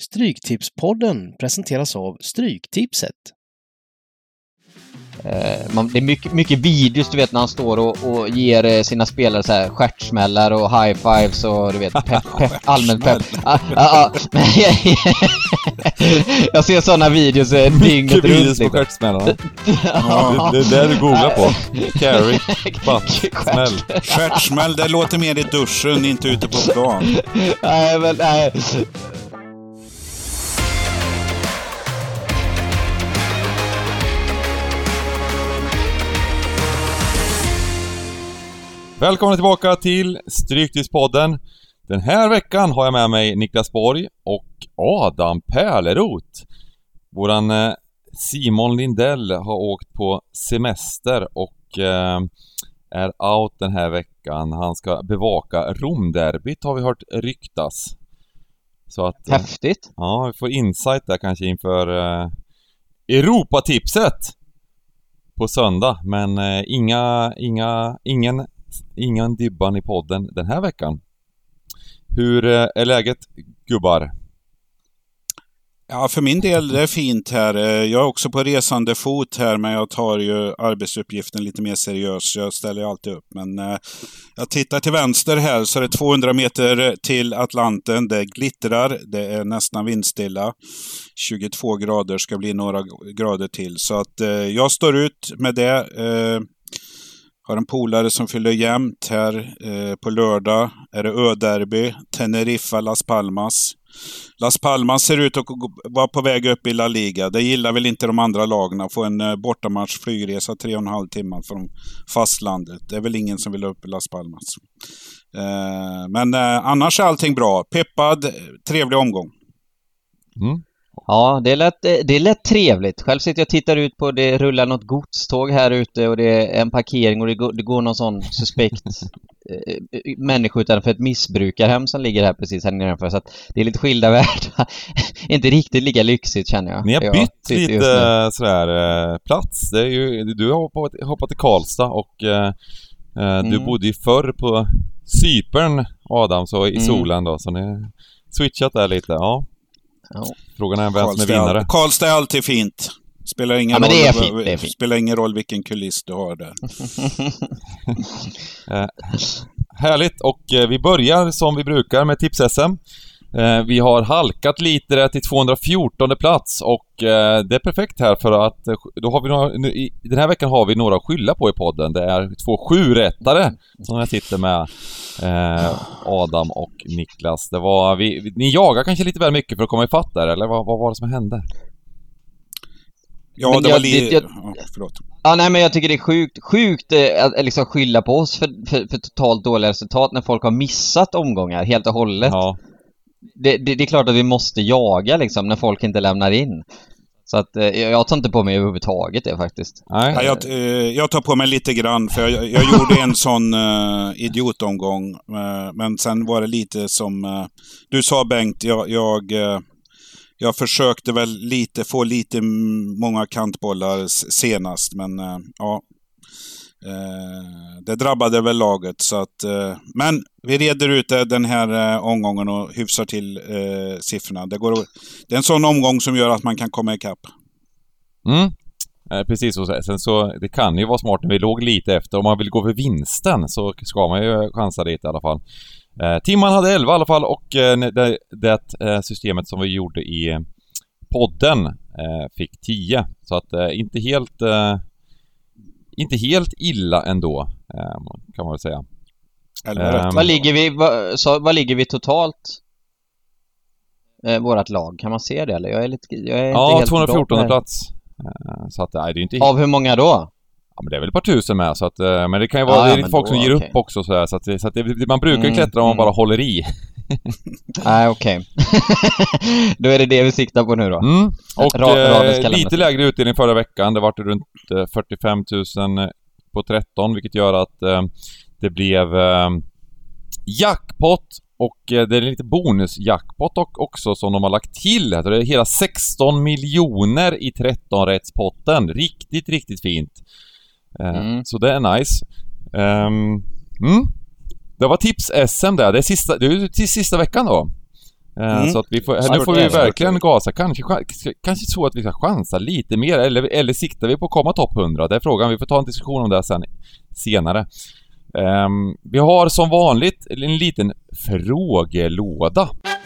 Stryktipspodden presenteras av Stryktipset. Det är mycket videos, du vet, när han står och ger sina spelare så här stjärtsmällar och high fives och du vet pepp, allmänt pepp. Jag ser såna videos dygnet runt. Videos på stjärtsmällarna. Det är där du googlar på. Carry, butt, smäll. Stjärtsmäll, det låter mer i duschen, inte ute på plan. Nej. Välkomna tillbaka till Stryktipspodden. Den här veckan har jag med mig Niklas Borg och Adam Pärleroth. Våran Simon Lindell har åkt på semester och är out den här veckan. Han ska bevaka Romderbyt, har vi hört ryktas. Så att, häftigt. Ja, vi får insight där kanske inför Europatipset på söndag. Men ingen Dybban i podden den här veckan. Hur är läget, gubbar? Ja, för min del det är fint här. Jag är också på resande fot här, men jag tar ju arbetsuppgiften lite mer seriöst. Jag ställer alltid upp. Men jag tittar till vänster här så är det 200 meter till Atlanten. Det glittrar, det är nästan vindstilla. 22 grader, ska bli några grader till. Så att jag står ut med det. Har en polare som fyller jämnt här på lördag. Är det Öderby, Teneriffa, Las Palmas. Las Palmas ser ut att vara på väg upp i La Liga. Det gillar väl inte de andra lagarna. Få en bortamatch flygresa 3,5 timmar från fastlandet. Det är väl ingen som vill upp i Las Palmas. Men annars är allting bra. Peppad, trevlig omgång. Mm. Ja, det är lätt trevligt. Själv sitter jag och tittar ut på det rullar något godståg här ute och det är en parkering och det går någon sån suspekt människa utanför ett missbrukarhem som ligger här precis här nedanför. Så att det är lite skilda världar. Inte riktigt lika lyxigt, känner jag. Ni har bytt lite sådär plats. Det är ju, du har hoppat till Karlstad och du bodde ju förr på Cypern, Adam, så i solen då. Så ni har switchat där lite, ja. Frågan är vem som är vinnare. Karlstad är alltid fint. Spelar ingen roll vilken kuliss du har där. Härligt, och vi börjar som vi brukar med tips-SM. Vi har halkat lite där till 214 plats och det är perfekt här för att då har vi den här veckan har vi några att skylla på i podden. Det är 2 7-rättare som jag sitter med, Adam och Niklas. Det var ni jagar kanske lite väl mycket för att komma ifatt där, eller vad var det som hände? Ja, men det var lite... förlåt. Ja, nej, men jag tycker det är sjukt att liksom skylla på oss för totalt dåliga resultat när folk har missat omgångar helt och hållet. Ja. Det är klart att vi måste jaga liksom när folk inte lämnar in. Så att jag tar inte på mig överhuvudtaget det faktiskt. Nej. Jag tar på mig lite grann för jag gjorde en sån idiotomgång, men sen var det lite som du sa, Bengt, jag försökte väl få lite många kantbollar senast, men det drabbade väl laget, så att men vi reder ut den här omgången och hyfsar till siffrorna. Det är en sån omgång som gör att man kan komma ikapp. Precis så. Sen så det kan ju vara smart när vi låg lite efter. Om man vill gå för vinsten så ska man ju chansa lite i alla fall. Timman hade 11 i alla fall, och det systemet som vi gjorde i podden fick 10. Så att inte helt illa ändå, kan man väl säga. Vad ligger vi totalt? Vårat lag, kan man se det eller? Jag är inte helt 214 plats. Så att det är inte av hur många då? Ja, men det är väl ett par tusen med, så att men det kan ju vara det är lite folk som ger upp också så att man brukar klättra om man bara håller i. Nej, okej. Då är det vi siktar på nu då. Och lite lägre utdelning förra veckan. Det var runt 45 000 på 13, vilket gör att det blev jackpot, och det är lite bonusjackpot också som de har lagt till. Det är hela 16 miljoner i 13-rättspotten. Riktigt, riktigt fint. Så det är nice. Det var tips-SM där. Det är sista veckan då. Så att vi får, nu får vi verkligen gasa. Kanske så att vi ska chansa lite mer. Eller siktar vi på att komma topp 100? Det är frågan. Vi får ta en diskussion om det senare. Vi har som vanligt en liten frågelåda.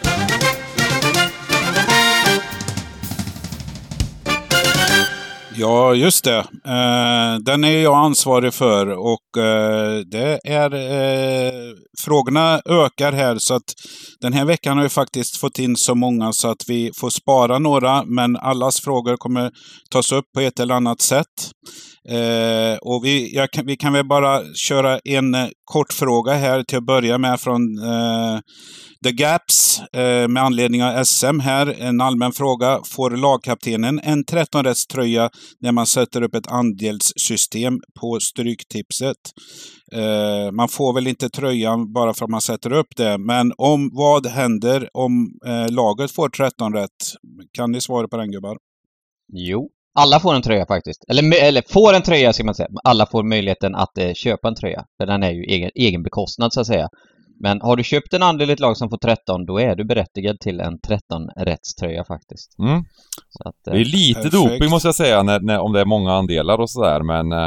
Ja, just det. Den är jag ansvarig för och det är frågorna ökar här, så att den här veckan har vi faktiskt fått in så många så att vi får spara några, men allas frågor kommer tas upp på ett eller annat sätt. Och vi kan väl bara köra en kort fråga här till att börja med från The Gaps med anledning av SM här. En allmän fråga. Får lagkaptenen en 13-rättströja när man sätter upp ett andelssystem på Stryktipset? Man får väl inte tröjan bara för att man sätter upp det. Men vad händer om laget får 13 rätt? Kan ni svara på den, gubbar? Jo. Alla får en tröja faktiskt. Eller får en tröja ska man säga. Alla får möjligheten att köpa en tröja. För den är ju egen bekostnad så att säga. Men har du köpt en andel i ett lag som får 13, då är du berättigad till en 13-rättströja faktiskt. Så att, det är lite perfekt. Doping måste jag säga om det är många andelar och sådär.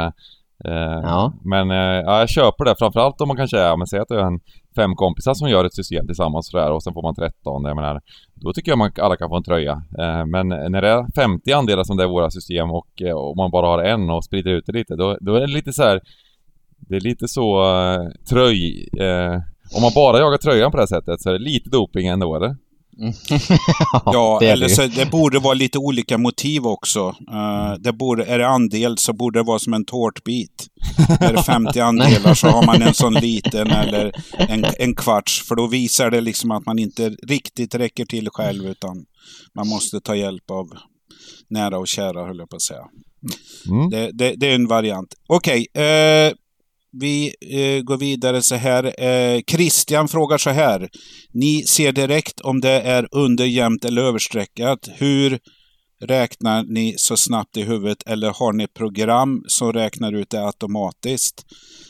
Men jag köper det. Framförallt om man kanske säger att det är 5 kompisar som gör ett system tillsammans och, och sen får man 13. Då tycker jag alla kan få en tröja. Men när det är 50 andelar som det är våra system och man bara har en och sprider ut det lite, då är det lite så här. Det är lite så om man bara jagar tröjan på det här sättet så är det lite doping ändå, eller? Ja, eller så det borde vara lite olika motiv också. Är det andel så borde det vara som en tårtbit. Är det 50 andelar så har man en sån liten eller en kvarts. För då visar det liksom att man inte riktigt räcker till själv, utan man måste ta hjälp av nära och kära, höll jag på att säga. Det är en variant. Okej, vi går vidare så här. Christian frågar så här. Ni ser direkt om det är under, jämnt eller överstreckat. Hur räknar ni så snabbt i huvudet? Eller har ni program som räknar ut det automatiskt?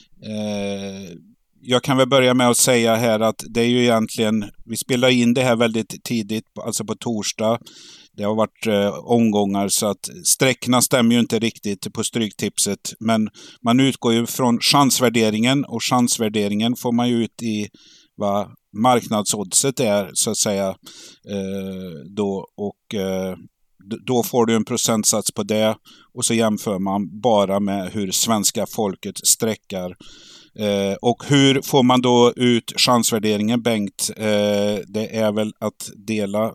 Jag kan väl börja med att säga här att det är ju egentligen, vi spelar in det här väldigt tidigt, alltså på torsdag. Det har varit omgångar så att sträckorna stämmer ju inte riktigt på Stryktipset. Men man utgår ju från chansvärderingen, och chansvärderingen får man ju ut i vad marknadsoddset är så att säga. Då får du en procentsats på det, och så jämför man bara med hur svenska folket sträckar. Och hur får man då ut chansvärderingen, Bengt? Det är väl att dela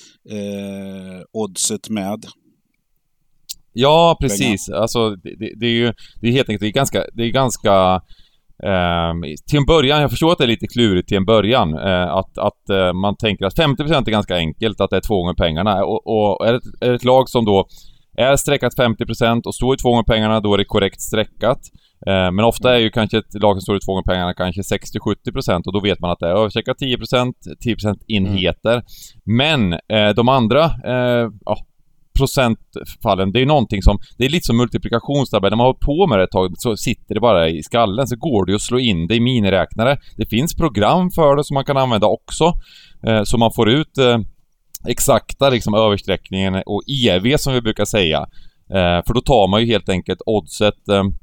oddset med. Ja, precis. Alltså, det är ju helt enkelt det är ganska till en början, jag förstår att det är lite klurigt till en början, att man tänker att 50% är ganska enkelt, att det är 2 gånger pengarna, och är det ett lag som då är sträckat 50% och står i 2 gånger pengarna, då är det korrekt sträckat. Men ofta är ju kanske ett lag som står i 2 gånger pengarna kanske 60-70%, och då vet man att det är översträckat 10% enheter. Men de andra procentfallen, det är någonting som, det är lite som multiplikationstabell. När man har hållit på med det ett tag så sitter det bara i skallen, så går det att slå in det i miniräknare. Det finns program för det som man kan använda också, så man får ut exakta liksom översträckningen och EV som vi brukar säga. För då tar man ju helt enkelt oddset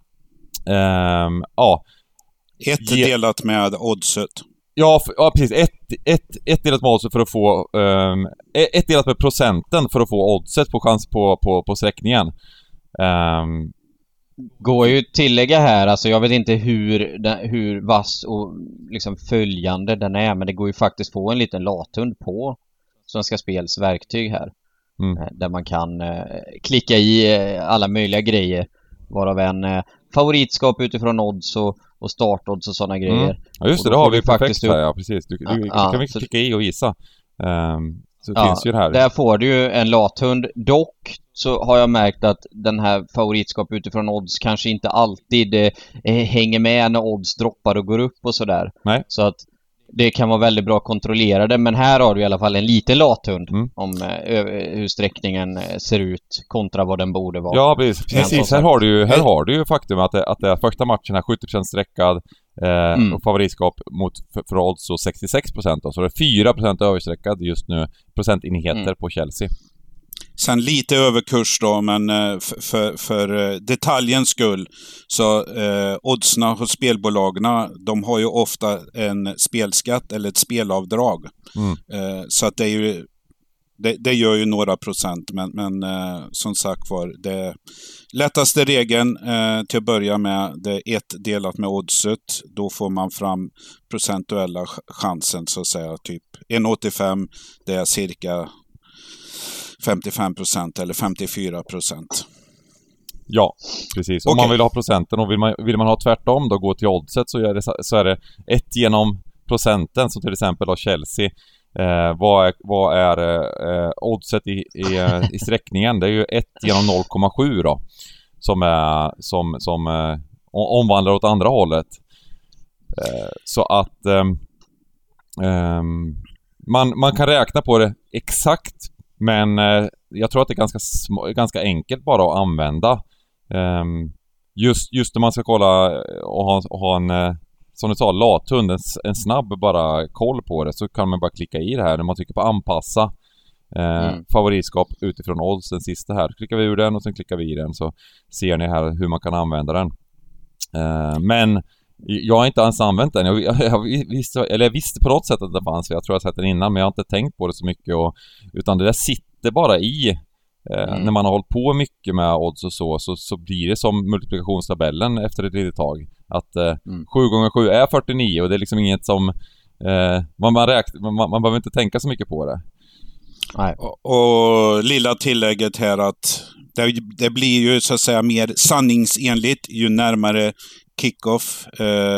delat med oddset. Ja, precis. Ett delat med oddset för att få ett delat med procenten för att få oddset på chans på sträckningen. Går ju tillägga här, alltså jag vet inte hur vass och liksom följande den är, men det går ju faktiskt få en liten lathund på Svenska Spels verktyg här. Där man kan klicka i alla möjliga grejer, varav en favoritskap utifrån odds och startodds och sådana grejer. Ja, just det, då har vi perfekt här, ja, precis. Du kan vi klicka i och gissa. Så finns ju det här. Där får du ju en lathund. Dock så har jag märkt att den här favoritskap utifrån odds kanske inte alltid hänger med när odds droppar och går upp och sådär. Nej. Så att det kan vara väldigt bra kontrollerade, men här har du i alla fall en liten lathund om hur sträckningen ser ut kontra vad den borde vara. Ja, precis. Här har du ju faktum att det är första matchen är 70% sträckad. och favoritskap mot för odds så 66% då. Så det är 4% översträckad just nu procentenheter på Chelsea. Sen lite överkurs då, men för detaljens skull så oddsna hos spelbolagen, de har ju ofta en spelskatt eller ett spelavdrag. Så att det är ju det gör ju några procent, men som sagt var, det lättaste regeln till att börja med, det är 1 delat med oddset. Då får man fram procentuella chansen så att säga, typ 1,85, det är cirka 55% eller 54%. Ja, precis. Om man vill ha procenten och vill man ha tvärtom då, gå till oddset, så är det 1 genom procenten, som till exempel av Chelsea. Vad är oddset i sträckningen? Det är ju 1 genom 0,7 då, som omvandlar åt andra hållet. Så att man kan räkna på det exakt, men jag tror att det är ganska enkelt bara att använda. Just när man ska kolla och ha en, som du sa, lathund, en snabb bara koll på det, så kan man bara klicka i det här när man trycker på anpassa favoritskap utifrån odds, den sista här. Klickar vi ur den och sen klickar vi i den, så ser ni här hur man kan använda den. Men jag har inte ens använt den. Jag visste på något sätt att det fanns. Jag tror jag har sett den innan, men jag har inte tänkt på det så mycket. Utan det där sitter bara i. När man har hållit på mycket med odds och så blir det som multiplikationstabellen efter ett litet tag. Att 7 gånger 7 är 49, och det är liksom inget som... man behöver inte tänka så mycket på det. Nej. Och lilla tillägget här att det blir ju så att säga mer sanningsenligt ju närmare kickoff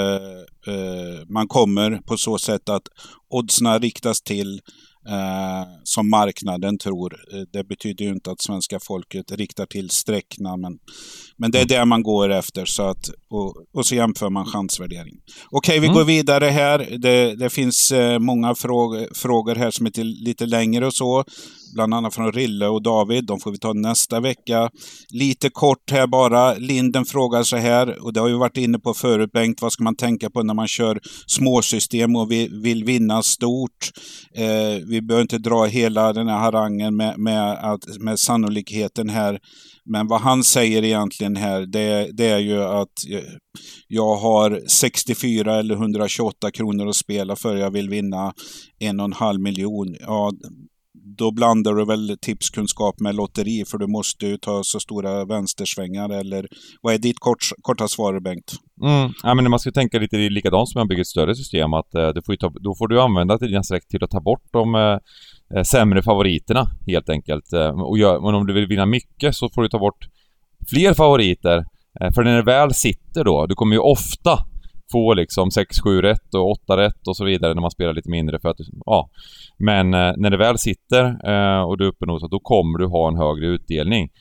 man kommer, på så sätt att oddsna riktas till som marknaden tror. Det betyder ju inte att svenska folket riktar till sträckna, men det är det man går efter, så att, och så jämför man chansvärdering. Okej, vi går vidare här. Det finns många frågor här som är lite längre och så, bland annat från Rille och David. De får vi ta nästa vecka. Lite kort här bara. Linden frågar så här, och det har ju varit inne på förut, Bengt, vad ska man tänka på när man kör småsystem och vill vinna stort? Vi behöver inte dra hela den här harangen med sannolikheten här, men vad han säger egentligen här, det är ju att jag har 64 eller 128 kronor att spela för, jag vill vinna 1,5 miljon. Ja, då blandar du väl tipskunskap med lotteri, för du måste ju ta så stora vänstersvängar, eller vad är ditt korta svar, Bengt? Ja, men man ska tänka lite likadant som man bygger ett större system, att då får du använda dina streck till att ta bort de sämre favoriterna helt enkelt. Men om du vill vinna mycket så får du ta bort fler favoriter, för när det väl sitter då, du kommer ju ofta få liksom 6-7 rätt och 8 rätt och så vidare när man spelar lite mindre, för att men när det väl sitter och du är uppe nog, så då kommer du ha en högre utdelning.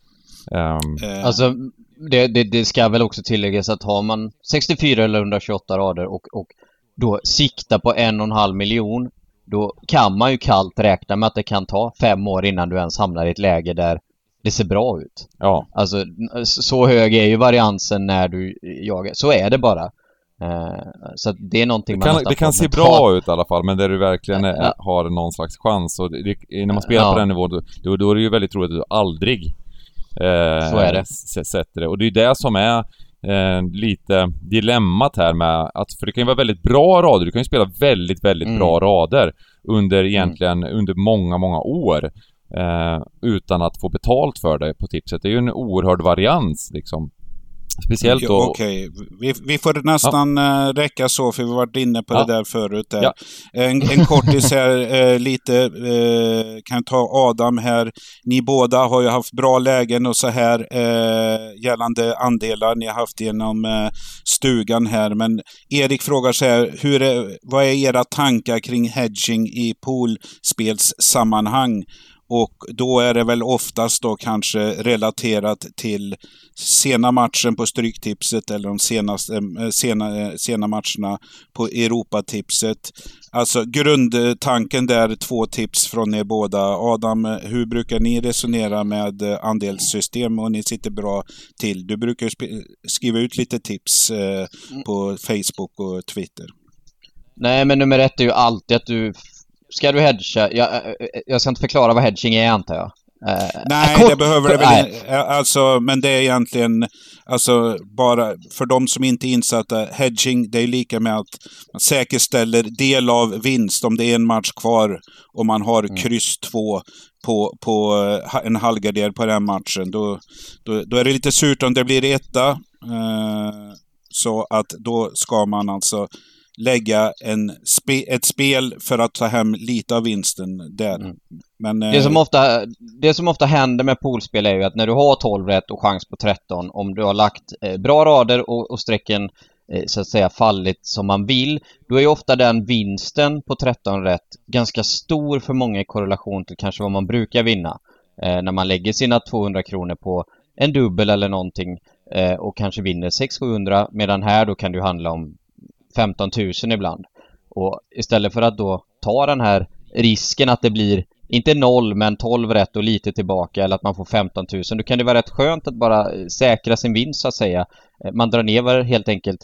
Alltså det ska väl också tilläggas att har man 64 eller 128 rader och då sikta på 1,5 miljon, då kan man ju kallt räkna med att det kan ta 5 år innan du ens hamnar i ett läge där det ser bra ut. Ja. Alltså så hög är ju variansen när du jagar. Så är det bara. Så det är någonting det kan se bra ut i alla fall, men där du verkligen har någon slags chans, och när man spelar på den nivån då är det ju väldigt troligt att du aldrig så är det. Sätter det. Och det är det som är lite dilemmat här med att, för det kan ju vara väldigt bra rader, du kan ju spela väldigt, väldigt bra rader under många, många år utan att få betalt för det på tipset. Det är ju en oerhörd varians liksom. Speciellt då... Okej. Vi får nästan räcka så, för vi har varit inne på det där förut. Där. Ja. En kortis här, lite kan ta Adam här. Ni båda har ju haft bra lägen och så här gällande andelar ni har haft genom stugan här. Men Erik frågar så här, vad är era tankar kring hedging i poolspelssammanhang? Och då är det väl oftast då kanske relaterat till sena matchen på Stryktipset eller de sena matcherna på Europatipset. Alltså grundtanken där, 2 tips från er båda. Adam, hur brukar ni resonera med andelssystem och ni sitter bra till? Du brukar skriva ut lite tips på Facebook och Twitter. Nej, men nummer 1 är ju alltid att ska du hedga? Jag ska inte förklara vad hedging är, antar jag. Nej, det behöver det väl. Alltså, men det är egentligen, alltså, bara för de som inte är insatta, hedging, det är lika med att man säkerställer del av vinst om det är en match kvar och man har kryss 2 på en halvgarder på den matchen. Då är det lite surt om det blir etta. Så att då ska man alltså lägga ett spel för att ta hem lite av vinsten där. Men, det som ofta händer med poolspel är ju att när du har 12 rätt och chans på 13, om du har lagt bra rader och strecken så att säga fallit som man vill, då är ju ofta den vinsten på 13 rätt ganska stor för många i korrelation till kanske vad man brukar vinna. När man lägger sina 200 kronor på en dubbel eller någonting och kanske vinner 600-700, medan här då kan du handla om 15 000 ibland. Och istället för att då ta den här risken att det blir inte 0 men 12 rätt och lite tillbaka, eller att man får 15 000, då kan det vara rätt skönt att bara säkra sin vinst så att säga. Man drar ner helt enkelt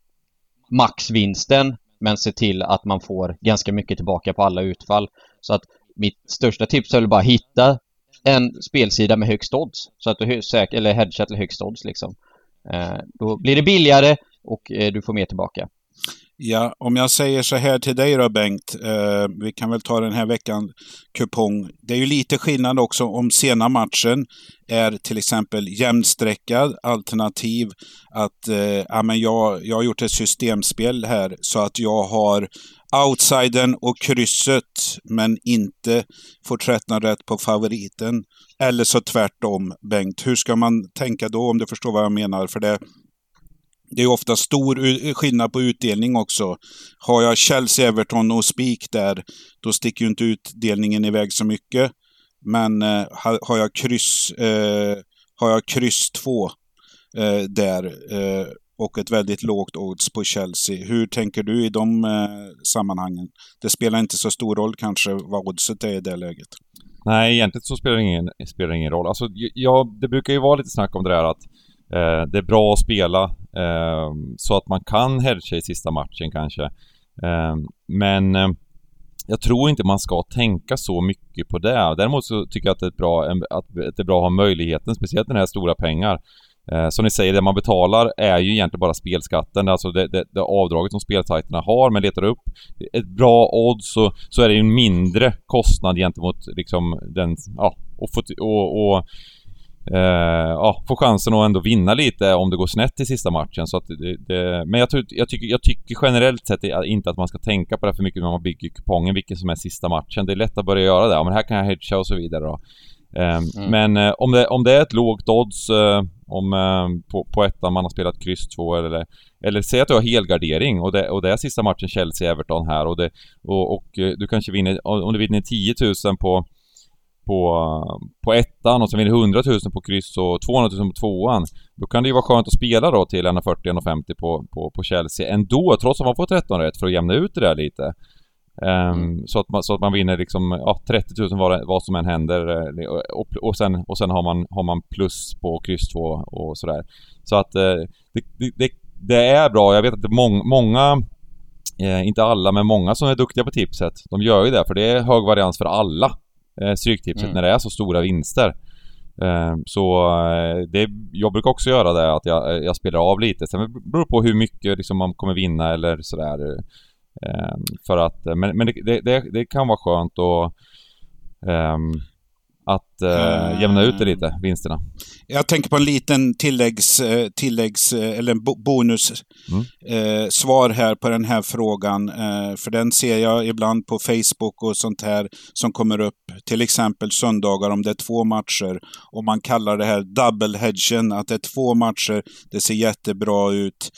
maxvinsten men ser till att man får ganska mycket tillbaka på alla utfall. Så att mitt största tips är väl bara hitta en spelsida med högst odds, så att du eller hedga till högst odds liksom. Då blir det billigare och du får mer tillbaka. Ja, om jag säger så här till dig då, Bengt, vi kan väl ta den här veckan kupong. Det är ju lite skillnad också om sena matchen är till exempel jämnsträckad, alternativ att jag har gjort ett systemspel här så att jag har outsidern och krysset men inte får 13 rätt på favoriten. Eller så tvärtom, Bengt. Hur ska man tänka då, om du förstår vad jag menar? För det är ofta stor skillnad på utdelning också. Har jag Chelsea, Everton och spik där, då sticker ju inte utdelningen iväg så mycket. Men har jag kryss 2 där och ett väldigt lågt odds på Chelsea. Hur tänker du i de sammanhangen? Det spelar inte så stor roll kanske vad oddset är i det läget. Nej, egentligen så spelar det ingen roll. Alltså, det brukar ju vara lite snack om det där att det är bra att spela så att man kan hedga i sista matchen kanske. Men jag tror inte man ska tänka så mycket på det. Däremot så tycker jag att det är bra att ha möjligheten, speciellt när det är stora pengar. Som ni säger, det man betalar är ju egentligen bara spelskatten. Alltså det avdraget som spelsajterna har, men letar upp ett bra odds så är det ju en mindre kostnad gentemot liksom den, få chansen att ändå vinna lite om det går snett i sista matchen. Så att men jag tycker generellt sett inte att man ska tänka på det för mycket när man bygger kupongen, vilken som är sista matchen. Det är lätt att börja göra det. Men här kan jag hedga och så vidare då. Men om det är ett lågt odds på ettan man har spelat kryss 2 eller säg att du har helgardering och det är sista matchen Chelsea-Everton här och du kanske vinner, om du vinner 10 000 på ettan och sen vinner 100 000 på kryss och 200 000 på tvåan, då kan det ju vara skönt att spela då till 1,40-1,50 på Chelsea ändå, trots att man får 13 rätt för att jämna ut det där lite. Så att man vinner liksom 30 000 vad som än händer och sen har man plus på kryss 2 och sådär. Så att det är bra. Jag vet att det är många inte alla, men många som är duktiga på tipset, de gör ju det, för det är hög varians för alla stryktipset när det är så stora vinster. Jag brukar också göra det, att jag spelar av lite. Sen beror på hur mycket liksom man kommer vinna eller sådär. För att, men det kan vara skönt att jämna ut det lite, vinsterna. Jag tänker på en liten tilläggs eller en bonus svar här på den här frågan. För den ser jag ibland på Facebook och sånt här som kommer upp. Till exempel söndagar om det är 2 matcher. Och man kallar det här double hedgen. Att det är 2 matcher, det ser jättebra ut.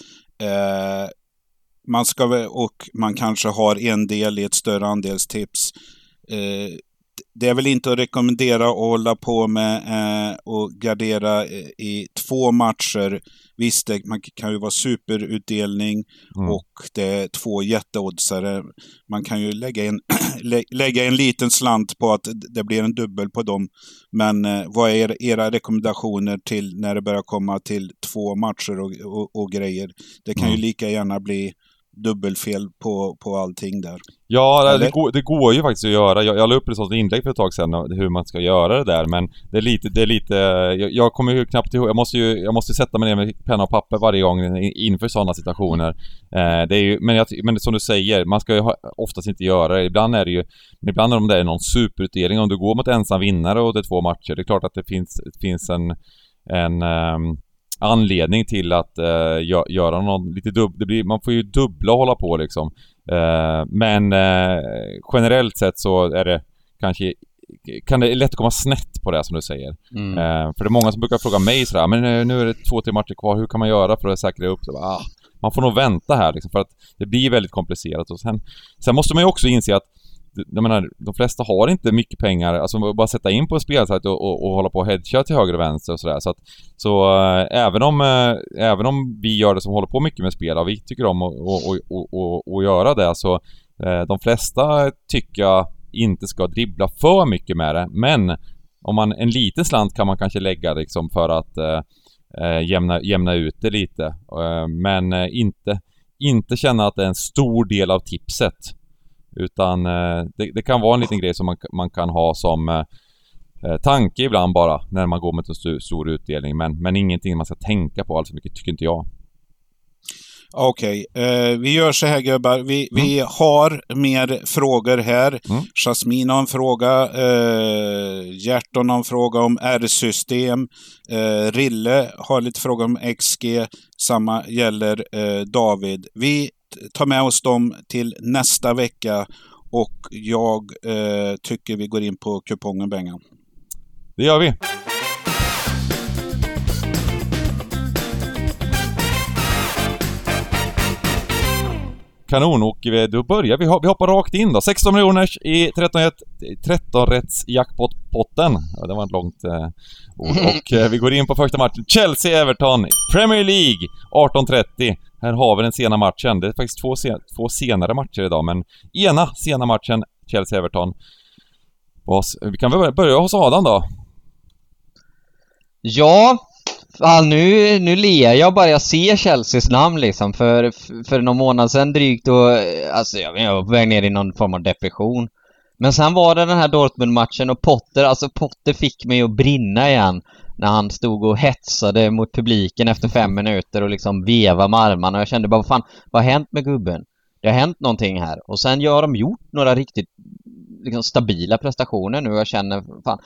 Man kanske har en del i ett större andelstips. det är väl inte att rekommendera att hålla på med och gardera i 2 matcher. Visst, man kan ju vara superutdelning och det är 2 jätteoddsare. Man kan ju lägga en liten slant på att det blir en dubbel på dem. Men vad är era rekommendationer till när det börjar komma till 2 matcher och grejer? Det kan ju lika gärna bli dubbelfel på allting där. Ja, det går ju faktiskt att göra. Jag la upp ett sånt inlägg för ett tag sedan hur man ska göra det där, men det är lite jag kommer ju knappt ihåg. Jag måste sätta mig ner med penna och papper varje gång inför sådana situationer. Det är ju, men som du säger, man ska ju oftast inte göra det. Ibland om det är någon superutdelning, om du går mot ensam vinnare och det är 2 matcher, det är klart att det finns en anledning till att göra någon lite man får ju dubbla och hålla på liksom. Men generellt sett så är det kan det lätt komma snett på det som du säger. För det är många som brukar fråga mig sådär, men nu är det 2-3 matcher kvar, hur kan man göra för att säkra upp det? Man får nog vänta här liksom, för att det blir väldigt komplicerat. Och sen måste man ju också inse att jag menar, de flesta har inte mycket pengar, alltså bara sätta in på en spelsajt och hålla på och hedga till höger och vänster och sådär. Så även om vi gör det som håller på mycket med spel och vi tycker om att göra det, så de flesta tycker jag inte ska dribbla för mycket med det. Men om en liten slant kan man kanske lägga liksom för att jämna ut det lite. Men inte känna att det är en stor del av tipset. Utan det kan vara en liten grej som man kan ha som tanke ibland bara när man går med en stor utdelning. Men ingenting man ska tänka på alls så mycket, tycker inte jag. Okej, vi gör så här gubbar. Vi har mer frågor här. Jasmin har en fråga. Hjärton har en fråga om R-system. Rille har lite fråga om XG. Samma gäller David. Vi tar med oss dem till nästa vecka och jag tycker vi går in på kupongen, Bengan. Det gör vi. Kanon, och då börjar vi hoppar rakt in då. 16 miljoner i 13-rätts jackpot-potten. Ja, det var ett långt ord. Och vi går in på första matchen. Chelsea-Everton, Premier League, 18:30. Här har vi den sena matchen. Det är faktiskt två senare matcher idag, men ena sena matchen, Chelsea-Everton. Vi kan väl börja hos Adam då. Ja, fan, nu ler jag bara jag ser Chelseas namn liksom. För någon månad sedan drygt och alltså jag var på väg ner i någon form av depression. Men sen var det den här Dortmund-matchen och Potter fick mig att brinna igen när han stod och hetsade mot publiken efter 5 minuter och liksom veva med armarna. Och jag kände bara, vad har hänt med gubben? Det har hänt någonting här. Och sen har de gjort några riktigt liksom stabila prestationer nu och jag känner,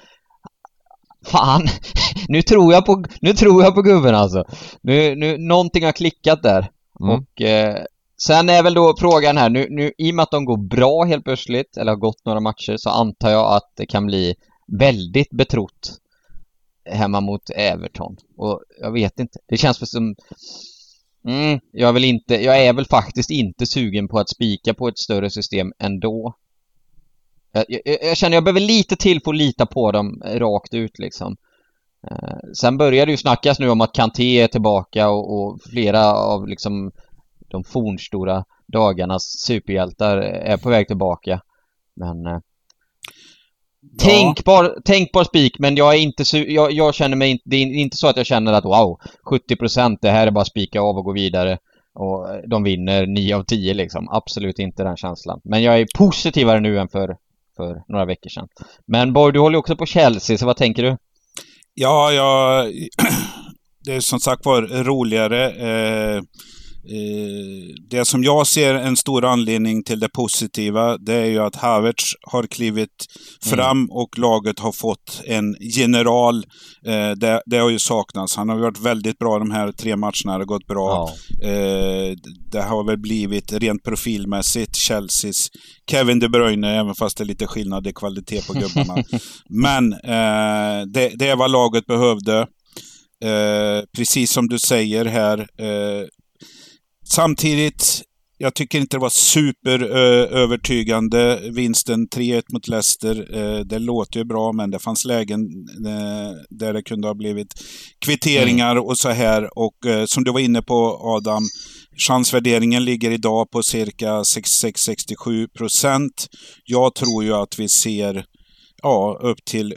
fan, nu tror jag på gubben alltså. Nu någonting har klickat där. Och sen är väl då frågan här nu i och med att de går bra helt plötsligt eller har gått några matcher, så antar jag att det kan bli väldigt betrott hemma mot Everton. Och jag vet inte. Det känns som jag är väl faktiskt inte sugen på att spika på ett större system ändå. Jag känner jag behöver lite till för att lita på dem rakt ut liksom. Sen börjar det ju snackas nu om att Kanté är tillbaka och flera av liksom de fornstora dagarnas superhjältar är på väg tillbaka. Men tänkbar spik, men jag är inte jag känner mig inte, det är inte så att jag känner att wow, 70% det här är bara spika av och gå vidare och de vinner 9 av 10 liksom. Absolut inte den känslan. Men jag är positivare nu än för några veckor sedan. Men Borg, du håller ju också på Chelsea, så vad tänker du? Ja, det är som sagt var roligare. Det som jag ser en stor anledning till det positiva, det är ju att Havertz har klivit fram och laget har fått en general. Det har ju saknats. Han har varit väldigt bra de här 3 matcherna, det har gått bra. Ja. Det har väl blivit rent profilmässigt Chelseas Kevin De Bruyne, även fast det är lite skillnad i kvalitet på gubbarna. Men det är vad laget behövde. Precis som du säger här. Samtidigt, Jag tycker inte det var övertygande. Vinsten 3-1 mot Leicester, det låter ju bra, men det fanns lägen där det kunde ha blivit kvitteringar och så här. Och som du var inne på, Adam, chansvärderingen ligger idag på cirka 66-67%. Jag tror ju att vi ser upp till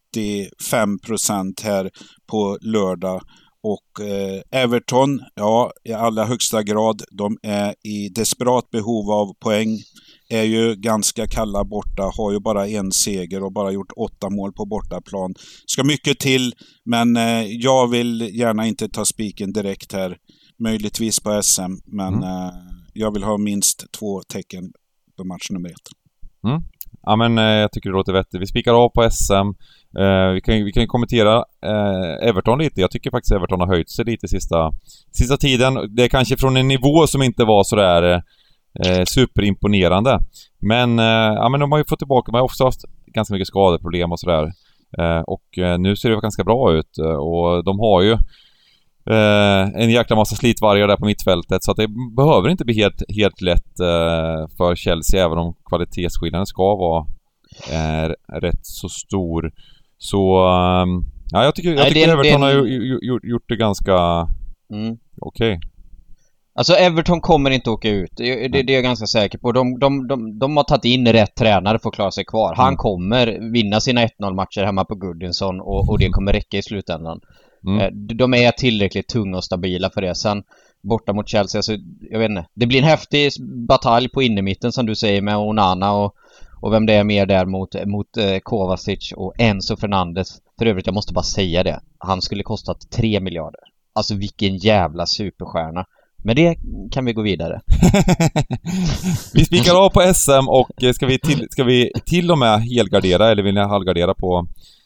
75% här på lördag. Och Everton, i allra högsta grad, de är i desperat behov av poäng. Är ju ganska kalla borta, har ju bara en seger och bara gjort 8 mål på bortaplan. Ska mycket till, men jag vill gärna inte ta spiken direkt här. Möjligtvis på SM, men jag vill ha minst 2 tecken på match nummer 1. Ja, men jag tycker det låter vettigt. Vi spikar av på SM. Vi kan kommentera Everton lite. Jag tycker faktiskt Everton har höjt sig lite sista tiden. Det är kanske från en nivå som inte var så där superimponerande. Men de har ju fått tillbaka. Man har också haft ganska mycket skadeproblem och sådär. Och nu ser det ganska bra ut. Och de har ju en jäkla massa slitvargar där på mittfältet, så att det behöver inte bli helt lätt för Chelsea, även om kvalitetsskillnaden ska vara rätt så stor. Så jag tycker Everton har gjort det ganska okej. Alltså Everton kommer inte åka ut. Det är jag ganska säker på. De har tagit in rätt tränare för att klara sig kvar. Han kommer vinna sina 1-0 matcher hemma på Goodison och det kommer räcka i slutändan. De är tillräckligt tunga och stabila för det. Sen borta mot Chelsea, så jag vet inte. Det blir en häftig batalj på innermitten som du säger, med Onana och vem det är mer där mot Kovacic och Enzo Fernandes. För övrigt, jag måste bara säga det. Han skulle kostat 3 miljarder. Alltså vilken jävla superstjärna. Men det kan vi gå vidare. Vi spikar av på SM, och ska vi till och med helgardera, eller vill ni halvgardera på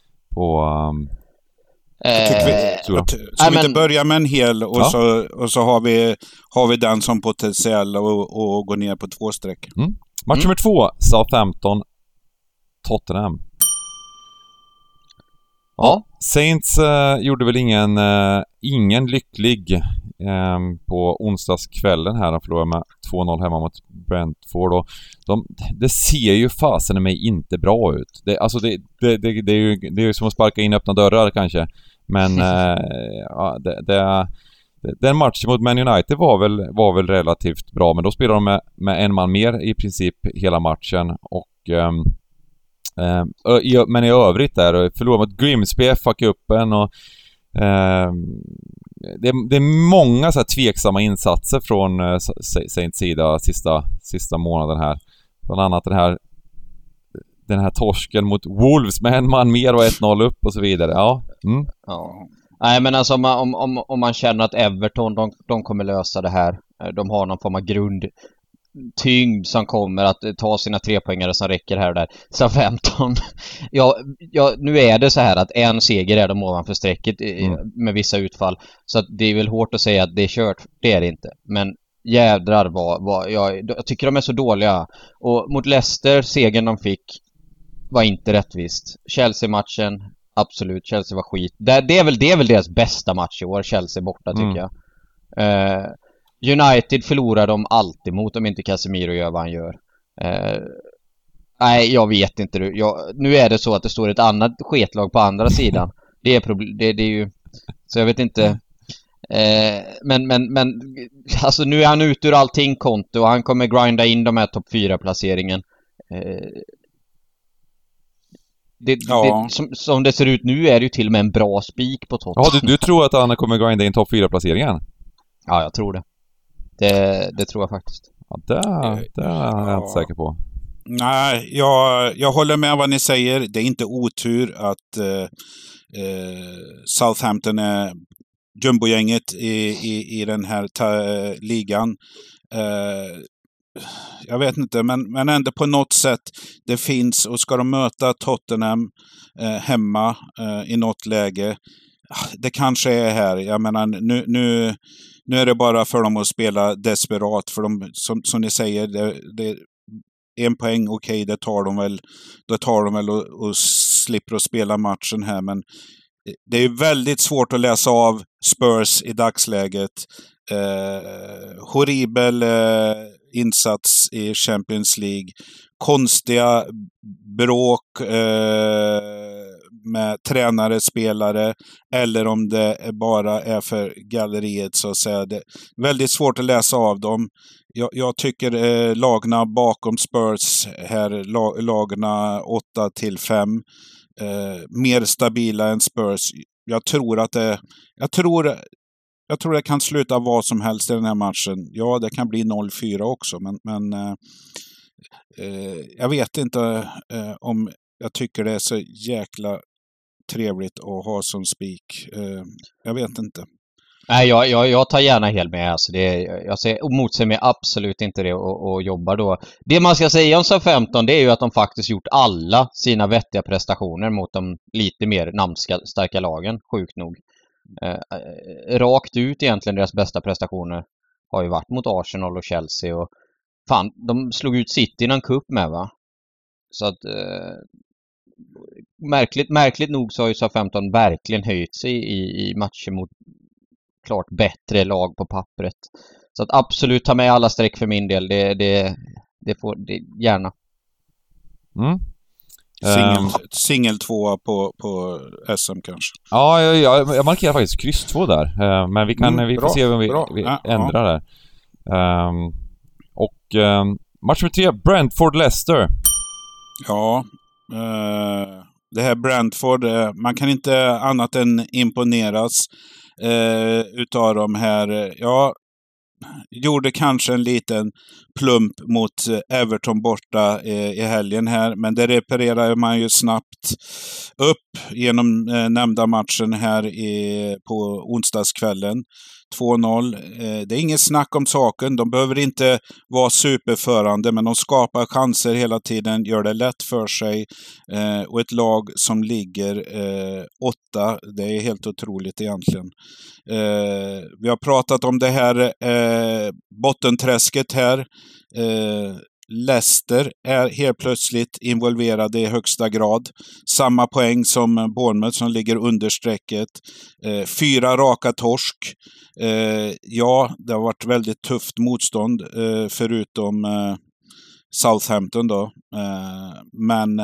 Ska vi inte börja med en hel och så har vi den som potentiell och gå ner på 2 streck. Match nummer 2, Southampton Tottenham. Ja, Saints gjorde väl ingen lycklig på onsdagskvällen här. De förlorade med 2-0 hemma mot Brentford, och det ser ju fasen i mig inte bra ut. Det är ju som att sparka in öppna dörrar kanske. Men den matchen mot Man United var väl relativt bra, men då spelade de med en man mer i princip hela matchen, och men i övrigt där förlorade mot Grimsby, fuck upp en, och det är många så här tveksamma insatser från Saints sida sista månaden här. Bland annat den här torsken mot Wolves med en man mer och 1-0 upp och så vidare. Ja. Nej, men alltså om man känner att Everton de kommer lösa det här. De har någon form av grundtyngd som kommer att ta sina 3-poängare som räcker här och där. Så 15. Nu är det så här att en seger är de ovanför strecket med vissa utfall. Så att det är väl hårt att säga att det är kört. Det är det inte. Men jädrar jag tycker de är så dåliga. Och mot Leicester, segern de fick var inte rättvist. Chelsea-matchen, absolut, Chelsea var skit. Det är väl deras bästa match i år, Chelsea borta tycker jag. United förlorar de alltid mot, om inte Casemiro gör vad han gör. Nej, jag vet inte. Nu är det så att det står ett annat sketlag på andra sidan. Det är ju... Så jag vet inte... Men alltså nu är han ute ur allting, konto, och han kommer grinda in de här topp 4-placeringen. Som det ser ut nu är det ju till och med en bra spik på toppen. Ja, du tror att han kommer grinda in topp 4-placeringen? Ja, jag tror det. Det tror jag faktiskt. Ja, det är jag inte säker på. Nej, jag håller med vad ni säger. Det är inte otur att Southampton är jumbogänget i den här ligan. Jag vet inte, men ändå på något sätt det finns, och ska de möta Tottenham hemma i något läge, det kanske är här. Jag menar, nu är det bara för dem att spela desperat, för de, som ni säger, det en poäng, okej, det tar de väl och slipper att spela matchen här, men det är väldigt svårt att läsa av Spurs i dagsläget. Horribel insats i Champions League. Konstiga bråk med tränare, spelare, eller om det bara är för galleriet så att säga. Det är väldigt svårt att läsa av dem. Jag tycker lagna bakom Spurs här, lagna 8-5, mer stabila än Spurs. Jag tror det kan sluta vad som helst i den här matchen. Ja, det kan bli 0-4 också, men jag vet inte om jag tycker det är så jäkla trevligt att ha som spik. Jag vet inte. Nej, jag tar gärna helt med. Alltså jag motser mig absolut inte det och jobbar då. Det man ska säga om SA-15, det är ju att de faktiskt gjort alla sina vettiga prestationer mot de lite mer namnstarka lagen, sjukt nog. Rakt ut egentligen deras bästa prestationer har ju varit mot Arsenal och Chelsea, och fan, de slog ut City i en cup med, va? Så att märkligt nog så har ju SA-15 verkligen höjt sig i matcher mot klart bättre lag på pappret. Så att absolut ta med alla streck för min del. Det får det gärna. Singel 2 på SM kanske. Ja, jag markerar faktiskt kryss 2 där. Men vi får se om vi ändrar där. Match nummer 3, Brentford-Leicester. Ja, det här Brentford, man kan inte annat än imponeras utav de här. Ja, gjorde kanske en liten plump mot Everton borta i helgen här, men det reparerar man ju snabbt upp genom nämnda matchen här på onsdagskvällen. 2-0. Det är inget snack om saken. De behöver inte vara superförande, men de skapar chanser hela tiden, gör det lätt för sig. Och ett lag som ligger 8, det är helt otroligt egentligen. Vi har pratat om det här bottenträsket här. Leicester är helt plötsligt involverade i högsta grad. Samma poäng som Bournemouth som ligger under strecket. 4 raka torsk. Ja, det har varit väldigt tufft motstånd förutom Southampton då. Men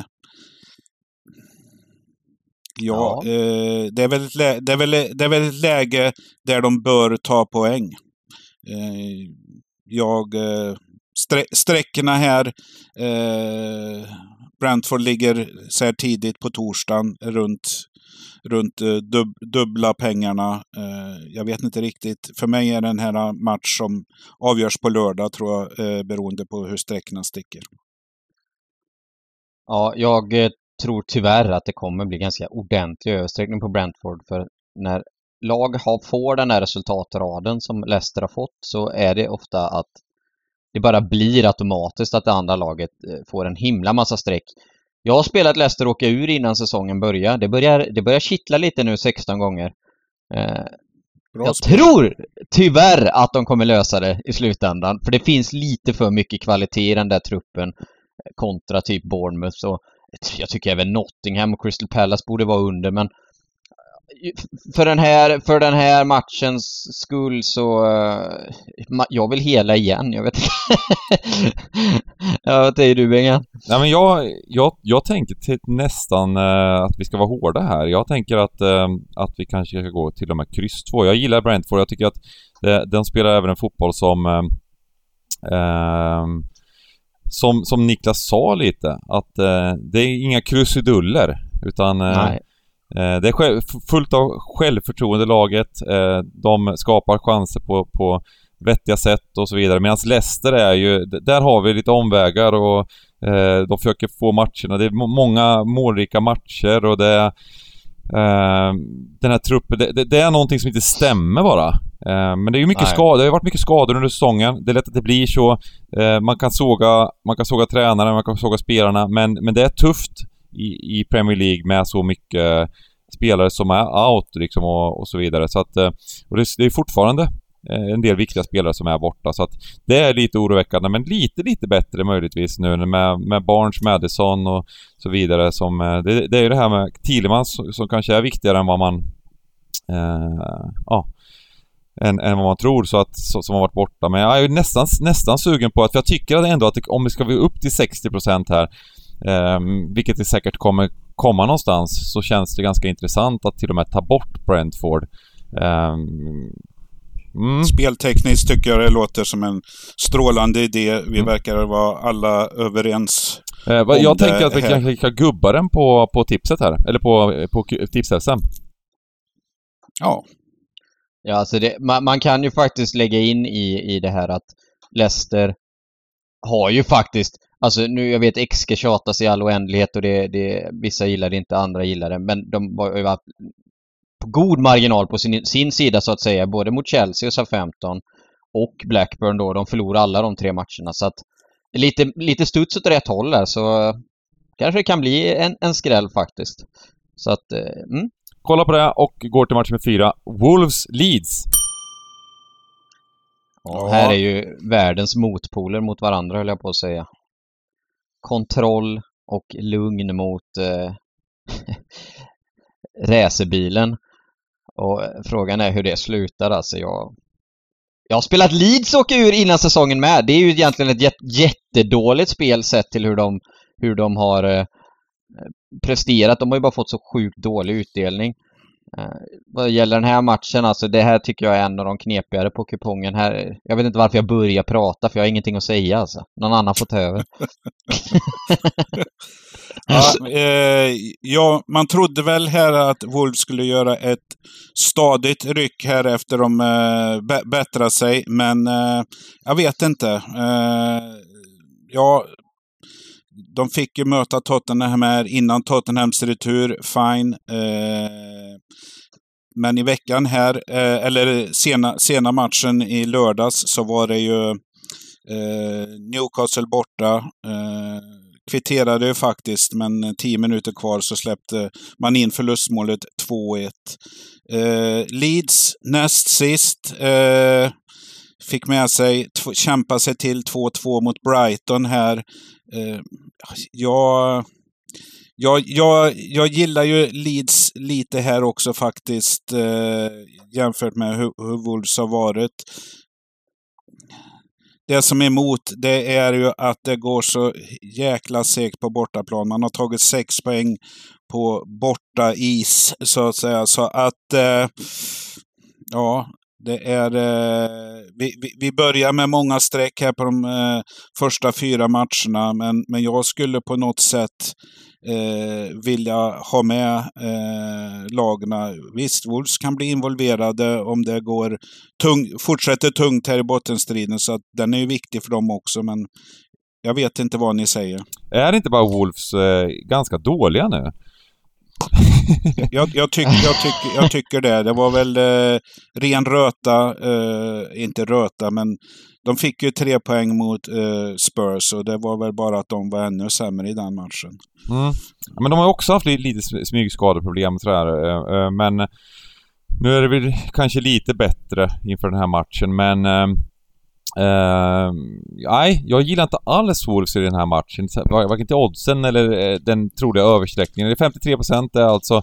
ja, det är väl ett läge där de bör ta poäng. Sträckorna här, Brentford ligger så här tidigt på torsdagen runt dubbla pengarna. Jag vet inte riktigt. För mig är den här match som avgörs på lördag, tror jag, beroende på hur sträckorna sticker. Ja, jag tror tyvärr att det kommer bli ganska ordentlig översträckning på Brentford, för när lag får den här resultatraden som Leicester har fått, så är det ofta att det bara blir automatiskt att det andra laget får en himla massa streck. Jag har spelat Leicester åka ur innan säsongen börjar. Det börjar kittla lite nu 16 gånger. Jag tror tyvärr att de kommer lösa det i slutändan. För det finns lite för mycket kvalitet i den där truppen kontra typ Bournemouth. Så jag tycker även Nottingham och Crystal Palace borde vara under, men för den här matchens skull så jag vill hela igen. Jag vet inte. Ja, vad säger du, Bengan? Nej, men jag tänker nästan att vi ska vara hårda här. Jag tänker att vi kanske ska gå till och med kryss 2. Jag gillar Brentford. Jag tycker att den spelar även en fotboll som Niklas sa lite, att det är inga krusiduller, utan det är fullt av självförtroende laget. De skapar chanser på vettiga sätt och så vidare. Medan Leicester är ju, där har vi lite omvägar och de försöker få matcherna. Det är många målrika matcher och den här truppen, det är någonting som inte stämmer bara. Men det är ju mycket skador. Det har varit mycket skador under säsongen. Det är lätt att det blir så. Man kan såga tränare, man kan såga spelarna, men det är tufft i Premier League med så mycket spelare som är out liksom och så vidare. Så att, och det är fortfarande en del viktiga spelare som är borta, så att det är lite oroväckande, men lite bättre möjligtvis nu med Barnes, Madison och så vidare. Som det är ju det här med Thielemans som kanske är viktigare än vad man än vad man tror, så att som har varit borta. Men jag är nästan sugen på att, för jag tycker ändå att om vi ska vi upp till 60% här, vilket det säkert kommer komma någonstans, så känns det ganska intressant att till och med ta bort Brentford. Speltekniskt tycker jag det låter som en strålande idé. Vi verkar vara alla överens. Jag tänker att vi kanske kan gubba den på tipset här, eller på tips-SM. Ja. Ja, alltså man kan ju faktiskt lägga in i det här att Leicester har ju faktiskt, alltså nu jag vet XG tjatas i all oändlighet och det vissa gillar det inte, andra gillar det, men de var ju på god marginal på sin sida så att säga, både mot Chelsea och Southampton och Blackburn då. De förlorar alla de 3 matcherna, så att lite studs åt rätt håll där, så kanske det kan bli en skräll faktiskt. Så att Kolla på det och går till match med 4. Wolves Leeds. Ja, här är ju världens motpoler mot varandra, höll jag på att säga. Kontroll och lugn mot racerbilen. Och frågan är hur det slutar. Alltså jag har spelat Leeds och ur innan säsongen med. Det är ju egentligen ett jättedåligt spel sett till hur de har presterat. De har ju bara fått så sjukt dålig utdelning. Vad gäller den här matchen, alltså det här tycker jag är en av de knepigare på kupongen här. Jag vet inte varför jag börjar prata, för jag har ingenting att säga alltså. Någon annan får ta över. Ja, man trodde väl här att Wolves skulle göra ett stadigt ryck här efter de bättra sig, men jag vet inte. Ja, de fick ju möta Tottenham här innan Tottenhams retur, fine. Men i veckan här, eller sena matchen i lördags, så var det ju Newcastle borta. Kvitterade ju faktiskt, men 10 minuter kvar så släppte man in förlustmålet 2-1. Leeds näst sist fick med sig, kämpa sig till 2-2 mot Brighton här. Jag gillar ju Leeds lite här också faktiskt, jämfört med hur Wolves har varit. Det som är emot, det är ju att det går så jäkla segt på bortaplan. Man har tagit 6 poäng på borta is, så att säga. Så att, ja, det är... Vi börjar med många streck här på de första 4 matcherna. Men jag skulle på något sätt vilja ha med lagna. Visst, Wolves kan bli involverade om det går fortsätter tungt här i bottenstriden, så att den är ju viktig för dem också, men jag vet inte vad ni säger. Är inte bara Wolves ganska dåliga nu? Jag tycker det. Det var väl ren röta, inte röta, men de fick ju 3 poäng mot Spurs, och det var väl bara att de var ännu sämre i den matchen. Men de har också haft lite smygskadeproblem tror jag. Men nu är det väl kanske lite bättre inför den här matchen, men nej, jag gillar inte alls Wolves i den här matchen. Varken till oddsen eller den troliga översträckningen. Det är 53%, det är alltså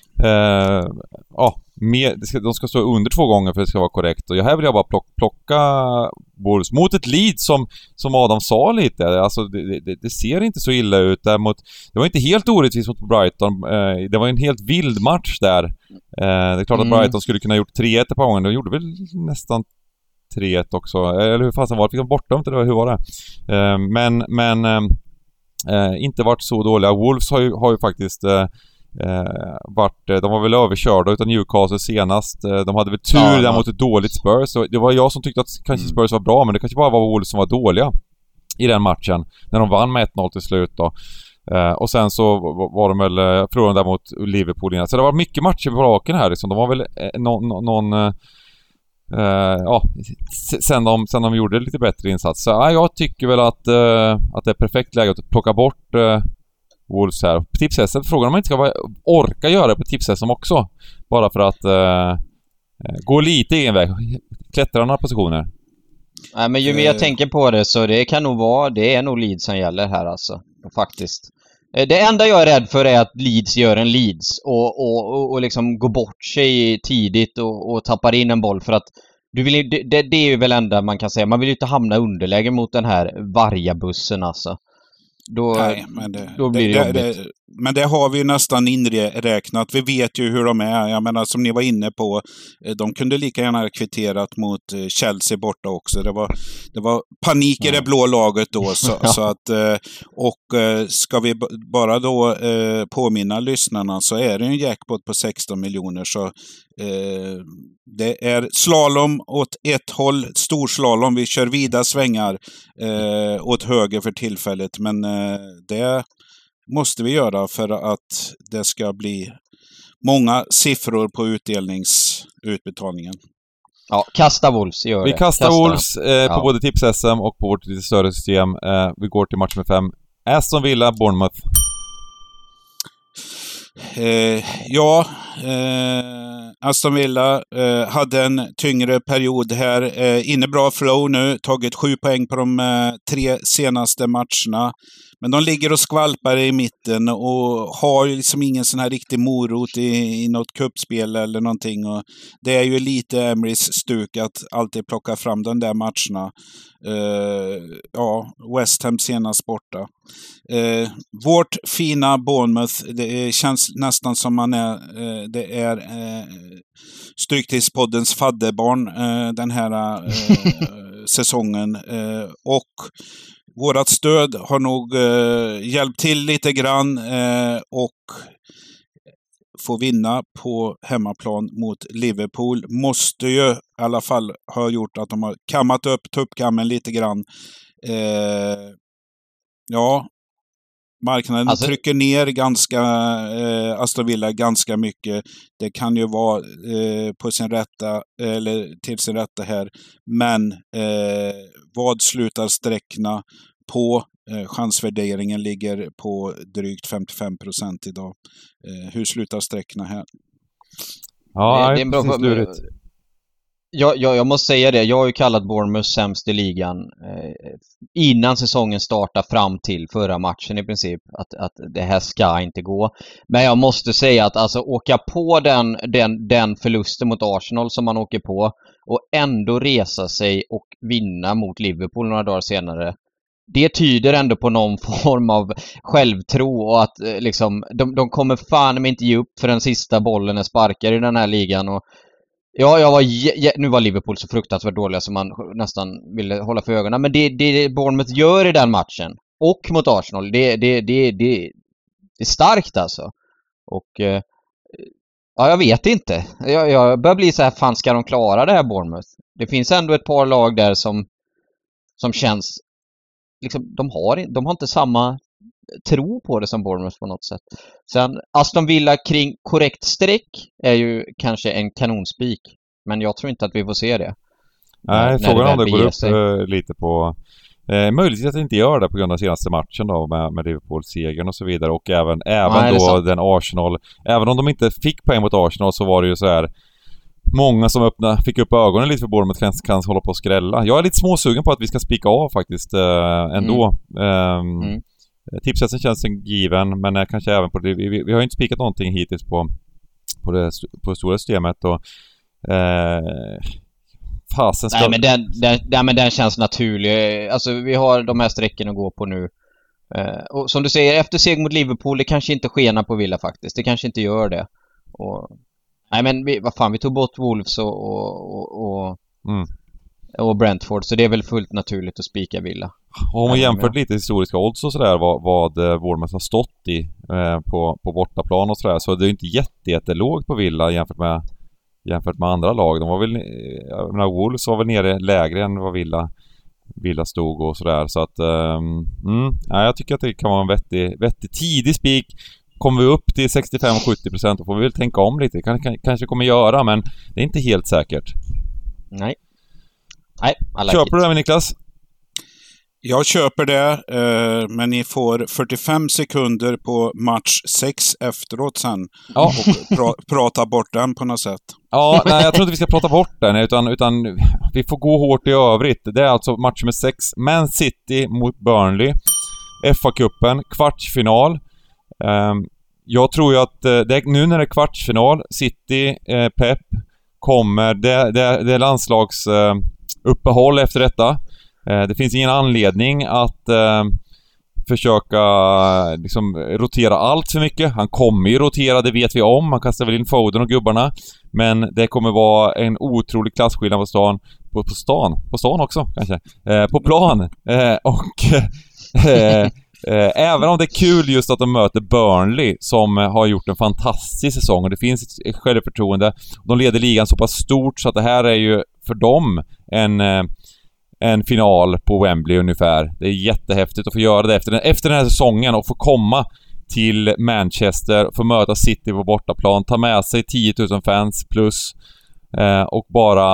de ska stå under 2 gånger för att det ska vara korrekt. Och här vill jag bara plocka Wolves mot ett lead som Adam sa lite. Alltså det ser inte så illa ut. Däremot, det var inte helt orättvist mot Brighton. Det var en helt vild match där. Det är klart att Brighton skulle kunna ha gjort 3-1 på gången. De gjorde väl nästan 3-1 också. Eller hur fasen var det? Fick de borta inte det? Hur var det? Men inte varit så dåliga. Wolves har ju faktiskt de var väl överkörda utan Newcastle senast. De hade väl tur där mot ett dåligt Spurs. Så det var jag som tyckte att kanske Spurs var bra, men det kanske bara var Wolves som var dåliga i den matchen när de vann med 1-0 till slut då. Och sen så var de väl förlorade där mot Liverpool innan. Så det var mycket matcher på raken här liksom. De var väl sen de gjorde lite bättre insats. Så jag tycker väl att det är perfekt läge att plocka bort Wolves här. Tips-SM, frågan om man inte ska orka göra det på Tips-SM också. Bara för att gå lite i en väg. Klättra några positioner. Nej, men ju mer jag tänker på det, så det är nog Leeds som gäller här alltså. Faktiskt. Det enda jag är rädd för är att Leeds gör en Leeds och liksom går bort sig tidigt och tappar in en boll, för att det är ju väl enda man kan säga. Man vill ju inte hamna underläge mot den här vargabussen alltså. Nej, då blir det jobbigt. Men det har vi ju nästan inräknat. Vi vet ju hur de är. Jag menar, som ni var inne på, de kunde lika gärna ha kvitterat mot Chelsea borta också. Det var panik i det blå laget då. Så att, ska vi bara då påminna lyssnarna, så är det en jackpot på 16 miljoner. Så det är slalom åt ett håll, storslalom. Vi kör vida svängar åt höger för tillfället. Men det måste vi göra för att det ska bli många siffror på utbetalningen. Ja, kasta Wolves, gör det. Vi kastar Wolves på både tips-SM och på vårt lite större system. Vi går till match med 5. Aston Villa, Bournemouth. Aston Villa hade en tyngre period här. Inne bra flow nu. Tagit 7 poäng på de 3 senaste matcherna. Men de ligger och skvalpar i mitten och har ju liksom ingen sån här riktig morot i något kuppspel eller någonting. Och det är ju lite Emerys stuk att alltid plocka fram de där matcherna. West Ham senast borta. Vårt fina Bournemouth, det känns nästan som det är Stryktipspoddens fadderbarn den här säsongen. Och vårat stöd har nog hjälpt till lite grann och få vinna på hemmaplan mot Liverpool måste ju i alla fall ha gjort att de har kammat upp tuppkammen lite grann. Marknaden trycker ner Aston Villa ganska mycket. Det kan ju vara på sin rätta eller till sin rätta här. Men vad slutar sträckna på? Chansvärderingen ligger på drygt 55% idag. Hur slutar sträckna här? Ja, det är en bra fråga. Jag måste säga det. Jag har ju kallat Bournemouth sämst i ligan innan säsongen startar fram till förra matchen i princip. Att det här ska inte gå. Men jag måste säga att alltså åka på den förlusten mot Arsenal som man åker på och ändå resa sig och vinna mot Liverpool några dagar senare. Det tyder ändå på någon form av självtro och att liksom, de kommer fan inte ge upp för den sista bollen är sparkar i den här ligan. Och ja, nu var Liverpool så fruktansvärt dåliga som man nästan ville hålla för ögonen. Men det Bournemouth gör i den matchen och mot Arsenal, det är starkt alltså. Och jag vet inte. Jag börjar bli så här, fan ska de klara det här Bournemouth? Det finns ändå ett par lag där som känns liksom, de har inte samma tro på det som Bournemouth på något sätt. Sen Aston Villa kring korrekt streck är ju kanske en kanonspik, men jag tror inte att vi får se det. Nej, frågan om det går upp lite på möjligtvis att det inte gör det på grund av senaste matchen då med Liverpool-segern och så vidare, och även då den Arsenal, även om de inte fick poäng mot Arsenal så var det ju så här många som fick upp ögonen lite för Bournemouth kan hålla på att skrälla. Jag är lite småsugen på att vi ska spika av faktiskt ändå. Tipsetsen känns en given, men kanske även på det. Vi har ju inte spikat någonting hittills på det stora systemet och fasen ska... Nej, men den känns naturlig. Alltså vi har de här sträcken att gå på nu. Och som du säger, efter seger mot Liverpool, det kanske inte skenar på Villa faktiskt. Det kanske inte gör det. Nej men vi tog bort Wolves och Brentford, så det är väl fullt naturligt att spika Villa. Om man jämfört lite historiska odds och sådär vad Bournemouth har stått i på bortaplan och sådär, så det är inte jättelågt på Villa jämfört med andra lag. De var väl, Wolves var väl nere lägre än vad Villa stod och sådär, så att jag tycker att det kan vara en vettig tidig spik. Kommer vi upp till 65-70% då får vi väl tänka om lite. Kanske kommer göra, men det är inte helt säkert. Nej, köper du det, Niklas? Jag köper det, men ni får 45 sekunder på match 6 efteråt sen. Ja. Och prata bort den på något sätt. Ja, nej, jag tror inte vi ska prata bort den, utan vi får gå hårt i övrigt. Det är alltså match med 6. Man City mot Burnley. FA-cupen, kvartsfinal. Jag tror ju att nu när det är kvartsfinal, City, Pep, kommer det är landslagsuppehåll efter detta. Det finns ingen anledning att försöka liksom rotera allt för mycket. Han kommer ju rotera, det vet vi om. Man kastar väl in Foden och gubbarna. Men det kommer vara en otrolig klasskillnad på stan. På stan också kanske. På plan. Även om det är kul just att de möter Burnley som har gjort en fantastisk säsong och det finns ett självförtroende. De leder ligan så pass stort så att det här är ju för dem en final på Wembley ungefär. Det är jättehäftigt att få göra det efter den här säsongen och få komma till Manchester, få möta City på bortaplan, ta med sig 10 000 fans plus och bara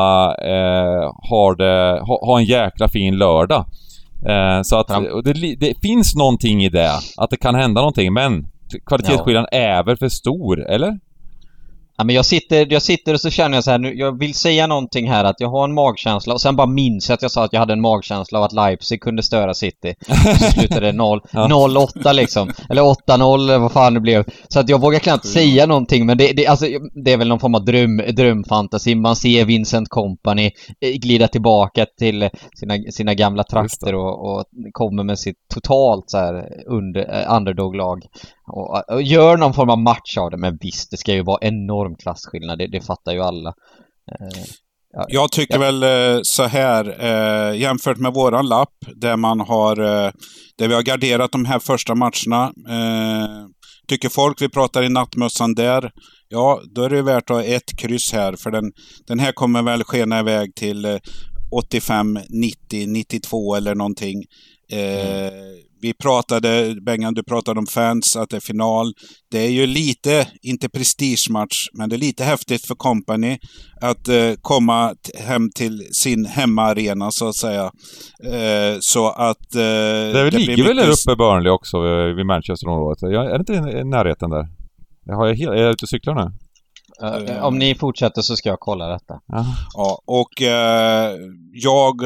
ha en jäkla fin lördag. Så att det finns någonting i det, att det kan hända någonting, men kvalitetsskillnaden är väl för stor, eller? Ja, men jag sitter och så känner jag så här nu, jag vill säga någonting här, att jag har en magkänsla och sen bara minns jag att jag sa att jag hade en magkänsla av att Leipzig kunde störa City. Och så slutade det 0-8 liksom, eller 8-0 vad fan det blev. Så att jag vågar knappt säga någonting, men det är väl någon form av drömfantasi. Man ser Vincent Kompany glida tillbaka till sina gamla trakter och kommer med sitt totalt så här underdog-lag och gör någon form av match av det. Men visst, det ska ju vara enorm klasskillnad, det fattar ju alla. Jag tycker väl så här, jämfört med våran lapp där man har där vi har garderat de här första matcherna, tycker folk vi pratar i nattmössan där, ja då är det värt att ha ett kryss här, för den här kommer väl skena iväg till 85, 90, 92 eller någonting. Vi pratade, Bengan, du pratade om fans, att det är final. Det är ju lite, inte prestigematch, men det är lite häftigt för Kompany att komma hem till sin hemmaarena så att säga. Så att det ligger väl där uppe Burnley också vid Manchesterområdet. Är det inte i närheten där? Är jag ute och cyklar nu? Om ni fortsätter så ska jag kolla detta. Ja, och jag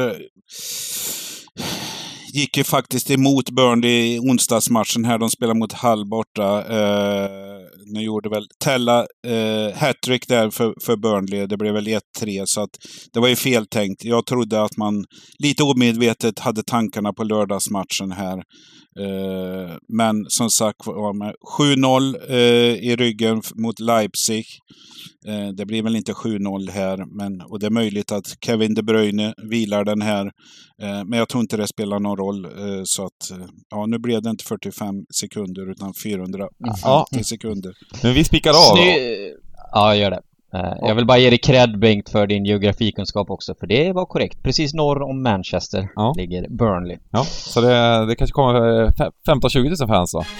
gick ju faktiskt emot Burnley i onsdagsmatchen här. De spelar mot Hull borta. Nu gjorde väl Tella hattrick där för Burnley. Det blev väl 1-3, så att det var ju fel tänkt. Jag trodde att man lite omedvetet hade tankarna på lördagsmatchen här. Men som sagt var med 7-0 i ryggen mot Leipzig. Det blir väl inte 7-0 här, och det är möjligt att Kevin De Bruyne vilar den här, men jag tror inte det spelar någon roll, så att ja, nu blev det inte 45 sekunder utan 450 sekunder. Men vi spikar av. Ja, gör det. Jag vill bara ge dig cred, Bengt, för din geografikunskap också, för det var korrekt. Precis norr om Manchester ligger Burnley. Ja, så det kanske kommer 15-20 000 fans då.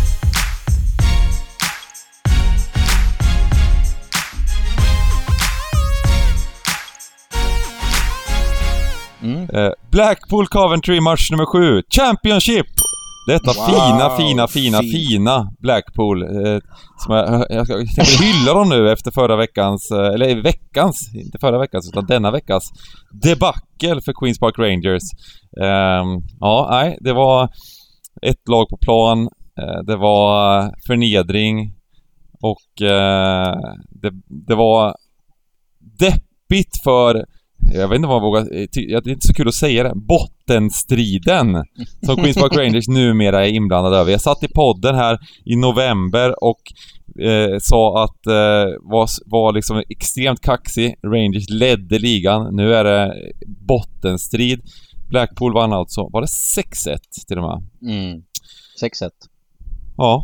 Blackpool Coventry match nummer 7, Championship. Detta fina Blackpool som jag tänker hylla dem nu efter förra veckans, eller veckans, inte förra veckans utan denna veckas debacle för Queens Park Rangers. Det var ett lag på plan, det var förnedring och det var deppigt för, jag vet inte vad jag vågar, det är inte så kul att säga det, bottenstriden som Queens Park Rangers numera är inblandade över. Jag satt i podden här i november och sa att var liksom extremt kaxig. Rangers ledde ligan. Nu är det bottenstrid. Blackpool vann alltså, var det 6-1 till och med? 6-1. Ja.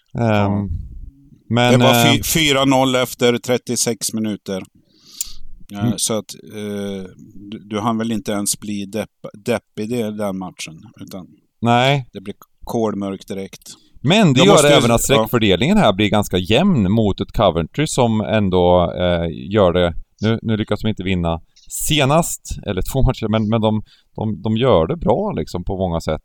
Men det var 4-0 efter 36 minuter. Så att du hann väl inte ens bli deppig i den matchen, utan nej, det blir kolmörkt direkt. Men det gör även att sträckfördelningen här blir ganska jämn mot ett Coventry som ändå gör det. Nu lyckas de inte vinna senast, eller 2 matcher, men de gör det bra liksom på många sätt.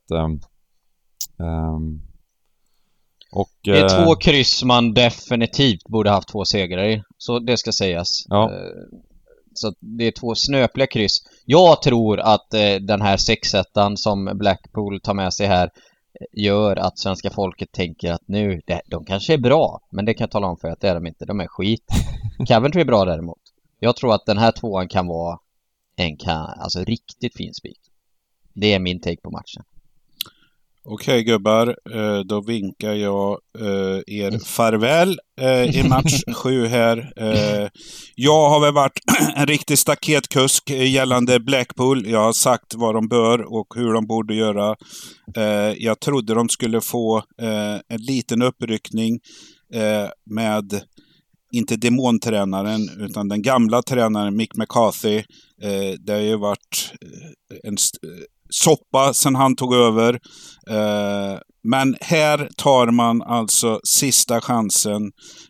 Och, det är 2 kryss man definitivt borde haft 2 segrar i, så det ska sägas. Ja. Så det är 2 snöpliga kryss. Jag tror att den här 6-1 som Blackpool tar med sig här gör att svenska folket tänker att nu, de kanske är bra, men det kan jag tala om för att det är de inte. De är skit. Coventry är bra däremot. Jag tror att den här tvåan kan vara alltså riktigt fin spik. Det är min take på matchen. Okej gubbar, då vinkar jag er farväl i match 7 här. Jag har väl varit en riktig staketkusk gällande Blackpool. Jag har sagt vad de bör och hur de borde göra. Jag trodde de skulle få en liten uppryckning med inte demontränaren utan den gamla tränaren Mick McCarthy. Det har ju varit en soppa sedan han tog över. Men här tar man alltså sista chansen.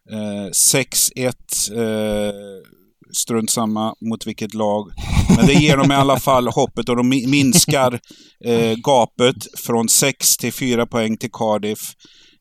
6-1. Strunt samma mot vilket lag. Men det ger dem i alla fall hoppet och de minskar gapet från 6 till 4 poäng till Cardiff.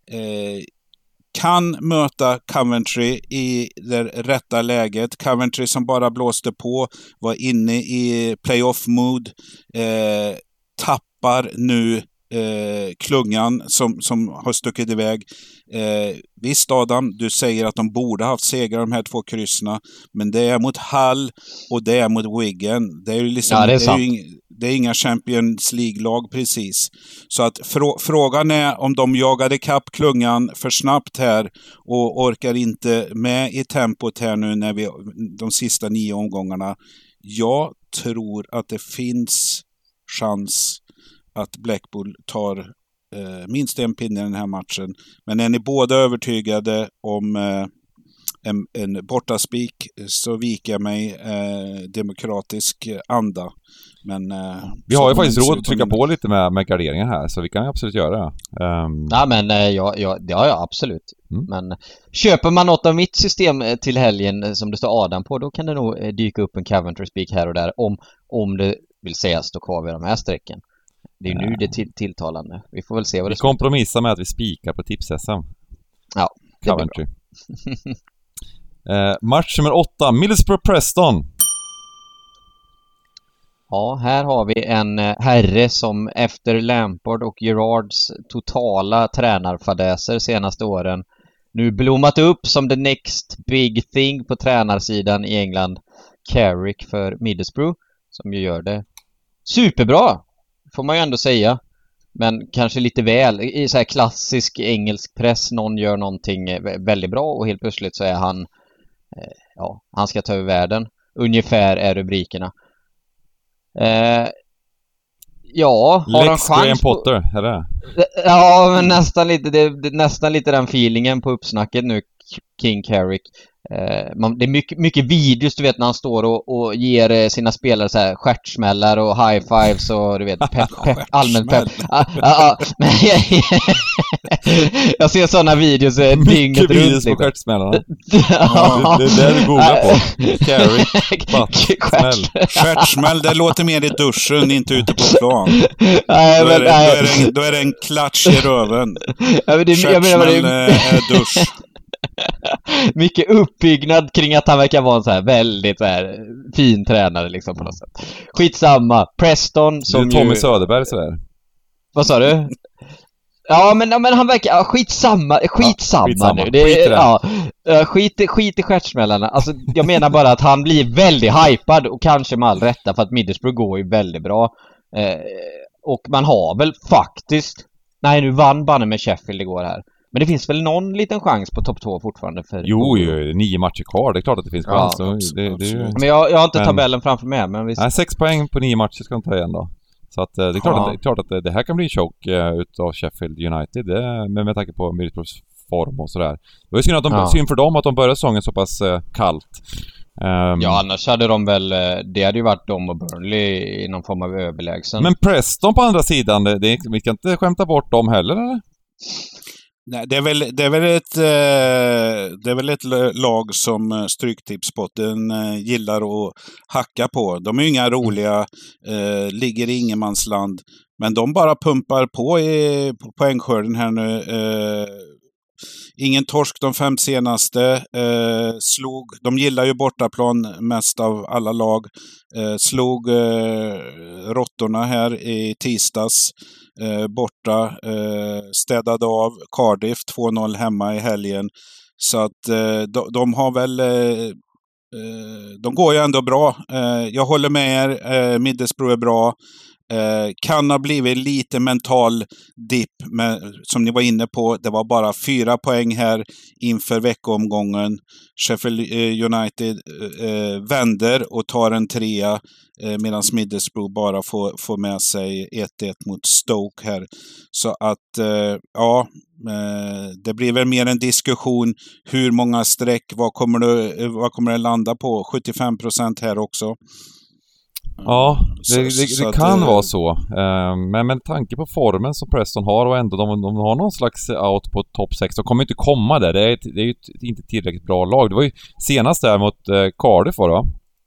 Kan möta Coventry i det rätta läget. Coventry som bara blåste på, var inne i playoff-mood, tappar nu klungan som har stuckit iväg. Visst Adam, du säger att de borde haft segrar de här 2 kryssna, men det är mot Hull och det är mot Wigan. Det är ju liksom, ja, det är inga Champions League-lag precis. Så att frågan är om de jagade kapp klungan för snabbt här och orkar inte med i tempot här nu när de sista 9 omgångarna. Jag tror att det finns chans att Blackpool tar minst en pinne i den här matchen. Men är ni båda övertygade om en bortaspik så viker jag mig demokratisk anda. Men vi har ju faktiskt råd att trycka på lite med garderingar här, så vi kan absolut göra det. Ja, men det har jag absolut. Men köper man något av mitt system till helgen som det står Adam på, då kan det nog dyka upp en Coventry spik här och där om det vill säga stå kvar vid de här strecken. Det är nu det tilltalande. Vi får väl se vad det vi kompromissar med att vi spikar på tips-SM. Ja, det Coventry. Match nummer 8, Middlesbrough-Preston. Ja, här har vi en herre som efter Lampard och Gerrards totala tränarfadäser senaste åren nu blommat upp som the next big thing på tränarsidan i England. Carrick för Middlesbrough, som ju gör det superbra, får man ju ändå säga. Men kanske lite väl i så här klassisk engelsk press, någon gör någonting väldigt bra och helt plötsligt så är han han ska ta över världen. Ungefär är rubrikerna. Ja, har han chans Graham Potter, är det? Ja, men nästan lite nästan lite den feelingen på uppsnacket nu, King Carrick. Det är mycket videos, du vet, när han står och ger sina spelare så här stjärtsmällar och high fives och du vet pepp allmänt pepp. Men jag ser såna videos dygnet runt. Videos på stjärtsmällarna. Det är det du googlar på. Carrick, stjärtsmäll, det låter mer i duschen, inte ute på plan. Då är det en klatsch i röven. Stjärtsmäll är dusch. Mycket uppbyggnad kring att han verkar vara en så här väldigt så här fin tränare liksom på något sätt. Skitsamma. Preston som det är Tommy Söderberg så där. Vad sa du? Ja, men han verkar skitsamma nu. Skit i stjärtsmällarna. Alltså jag menar bara att han blir väldigt hypad och kanske med all rätta för att Middlesbrough går ju väldigt bra. Och man har väl faktiskt nu vann banne med Sheffield igår här. Men det finns väl någon liten chans på topp 2 fortfarande för... Jo, 9 matcher kvar. Det är klart att det finns chans. Men jag har inte tabellen framför mig. Men visst... 6 poäng på 9 matcher ska de ta igen då. Så att det är klart att det här kan bli en choke utav Sheffield United. Med tanke på Middlesbroughs form och sådär. Det var synd för dem att de började säsongen så pass kallt. Ja, annars hade de väl... Det hade ju varit de och Burnley i någon form av överlägsen. Men Preston på andra sidan, vi kan inte skämta bort dem heller, eller? Nej, det är väl ett lag som Stryktipspotten gillar att hacka på. De är ju inga roliga, ligger i ingenmansland, men de bara pumpar på i poängskörden här nu. Ingen torsk de 5 senaste. De gillar ju bortaplan mest av alla lag. Slog råttorna här i tisdags. Borta. Städade av Cardiff 2-0 hemma i helgen. Så att de har väl de går ju ändå bra. Jag håller med er. Middlesbrough är bra. Kan ha blivit lite mental dipp, som ni var inne på. Det var bara 4 poäng här inför veckoomgången. Sheffield United vänder och tar en 3 medan Middlesbrough bara får med sig 1-1 mot Stoke här. Så att det blir väl mer en diskussion. Hur många streck, vad kommer det landa på? 75% här också. Ja, det kan vara så. Men med tanke på formen som Preston har och ändå de har någon slags out på topp 6, de kommer inte komma där. Det är ju inte tillräckligt bra lag. Det var ju senast där mot Cardiff va?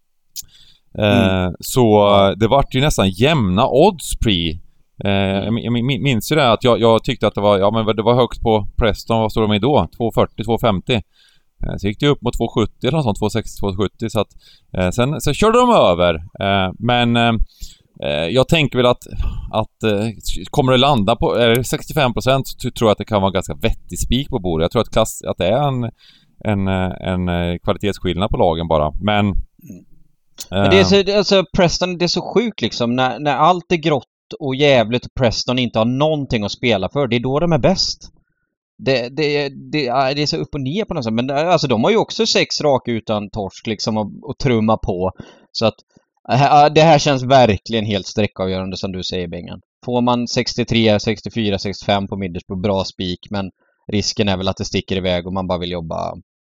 Så det var ju nästan jämna odds jag minns ju det att jag tyckte att det var högt på Preston. Vad stod de i då? 2,40, 2,50. Så gick det upp mot 2,70 eller något sånt, 2,60, 2,70 så att sen körde de över. Men jag tänker väl att kommer det landa på 65% så tror jag att det kan vara ganska vettig spik på bordet. Jag tror att det är en kvalitetsskillnad på lagen bara. Men det är så, Preston, det är så sjukt liksom när allt är grått och jävligt och Preston inte har någonting att spela för. Det är då de är bäst. Det är så upp och ner på något sätt. Men alltså, de har ju också 6 raka utan torsk liksom och trumma på. Så att det här känns verkligen helt sträckavgörande som du säger, Bengan. Får man 63, 64, 65 på Middlesbrough, bra spik. Men risken är väl att det sticker iväg och man bara vill jobba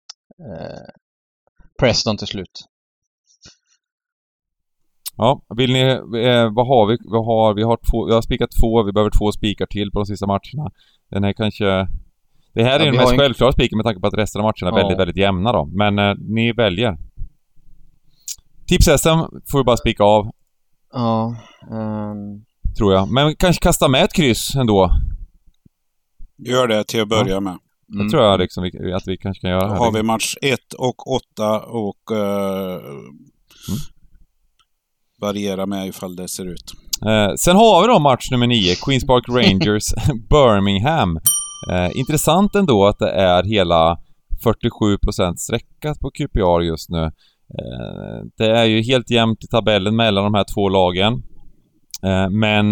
Preston till slut. Ja, vill ni vad har vi? Vi har spikat 2, vi behöver 2 spikar till på de sista matcherna. Den här kanske det här är den mest självklara spiken med tanke på att resten av matcherna är väldigt, väldigt jämna då. Men ni väljer. Tips-SM får vi bara spika av. Ja. Tror jag. Men kanske kasta med ett kryss ändå. Gör det till att börja med. Jag tror jag liksom att vi kanske kan göra det här. Då har vi match 1 och 8 och variera med ifall det ser ut. Sen har vi då match nummer 9. Queens Park Rangers Birmingham. Intressant ändå att det är hela 47% sträckat på QPR just nu. Det är ju helt jämnt i tabellen mellan de här två lagen. Men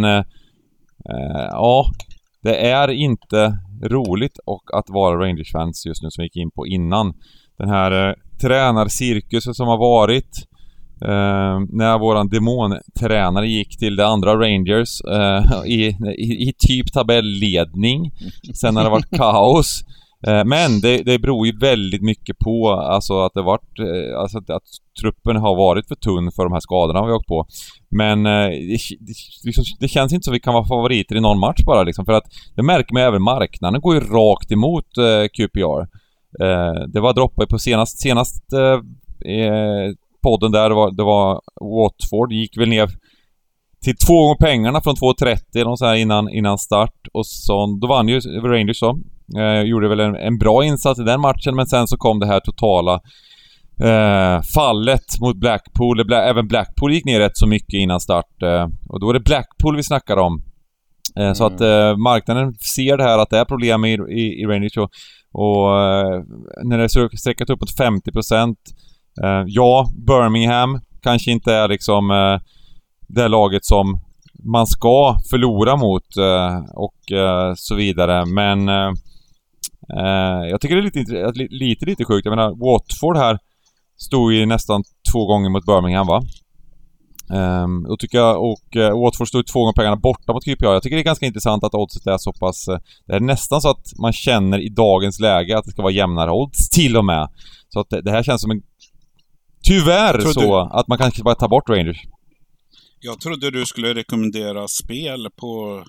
det är inte roligt att vara Rangers-fans just nu som vi gick in på innan. Den här tränarcirkusen som har varit när våran demontränare gick till det andra Rangers i typ tabelledning. Sen har det varit kaos. Men det beror ju väldigt mycket på alltså att att truppen har varit för tunn för de här skadorna vi har åkt på. Men det känns inte som vi kan vara favoriter i någon match bara liksom, för att det märker man även marknaden går ju rakt emot QPR. Det var droppar på senast podden där det var Watford gick väl ner till 2 gånger pengarna från 2,30 eller så här innan start och så då vann ju Rangers så. Gjorde väl en bra insats i den matchen, men sen så kom det här totala fallet mot Blackpool. Även Blackpool gick ner rätt så mycket innan start och då är det Blackpool vi snackar om. Så att marknaden ser det här att det är problem i Rangers och när det är sträckat upp mot 50%. Birmingham kanske inte är liksom det laget som man ska förlora mot och så vidare, men jag tycker det är lite sjukt. Jag menar, Watford här stod ju nästan 2 gånger mot Birmingham va? Då tycker jag, och Watford stod 2 gånger pengarna borta mot QPR. Jag tycker det är ganska intressant att oddset är så pass det är nästan så att man känner i dagens läge att det ska vara jämnare odds till och med. Så att det här känns som en tyvärr så att man kanske bara tar bort Rangers. Jag trodde du skulle rekommendera spel på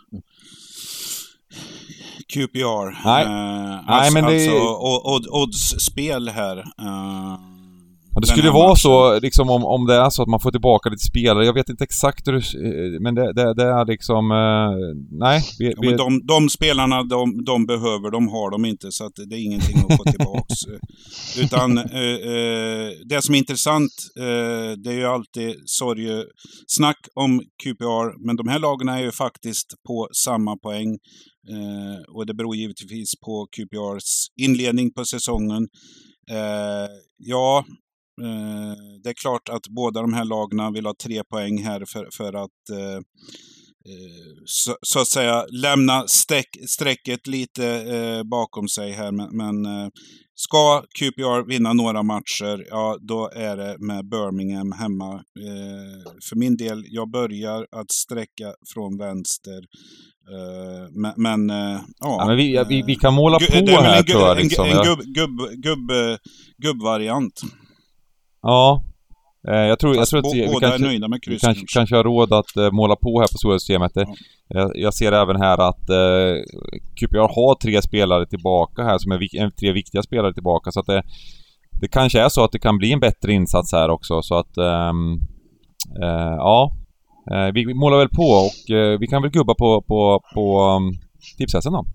QPR. Nej, men det odds-spel här. Det skulle vara så liksom om det är så att man får tillbaka lite spelare. Jag vet inte exakt hur men det är liksom nej. Men de spelarna de behöver, de har de inte, så att det är ingenting att få tillbaks. Utan det som är intressant, det är ju alltid sorgesnack om QPR, men de här lagen är ju faktiskt på samma poäng. Och det beror givetvis på QPRs inledning på säsongen. Det är klart att båda de här lagna vill ha 3 poäng här för att så att säga lämna strecket lite bakom sig här. Men ska QPR vinna några matcher, ja då är det med Birmingham hemma. För min del, jag börjar att sträcka från vänster. Men vi kan måla på här tror jag. Liksom. En gubbvariant. Ja. Jag tror att vi kanske har råd att måla på här på stora systemet. Ja. Jag ser även här att QPR har 3 spelare tillbaka här som är 3 viktiga spelare tillbaka, så att det kanske är så att det kan bli en bättre insats här också, så att vi målar väl på och vi kan väl gubba på tipshästen då.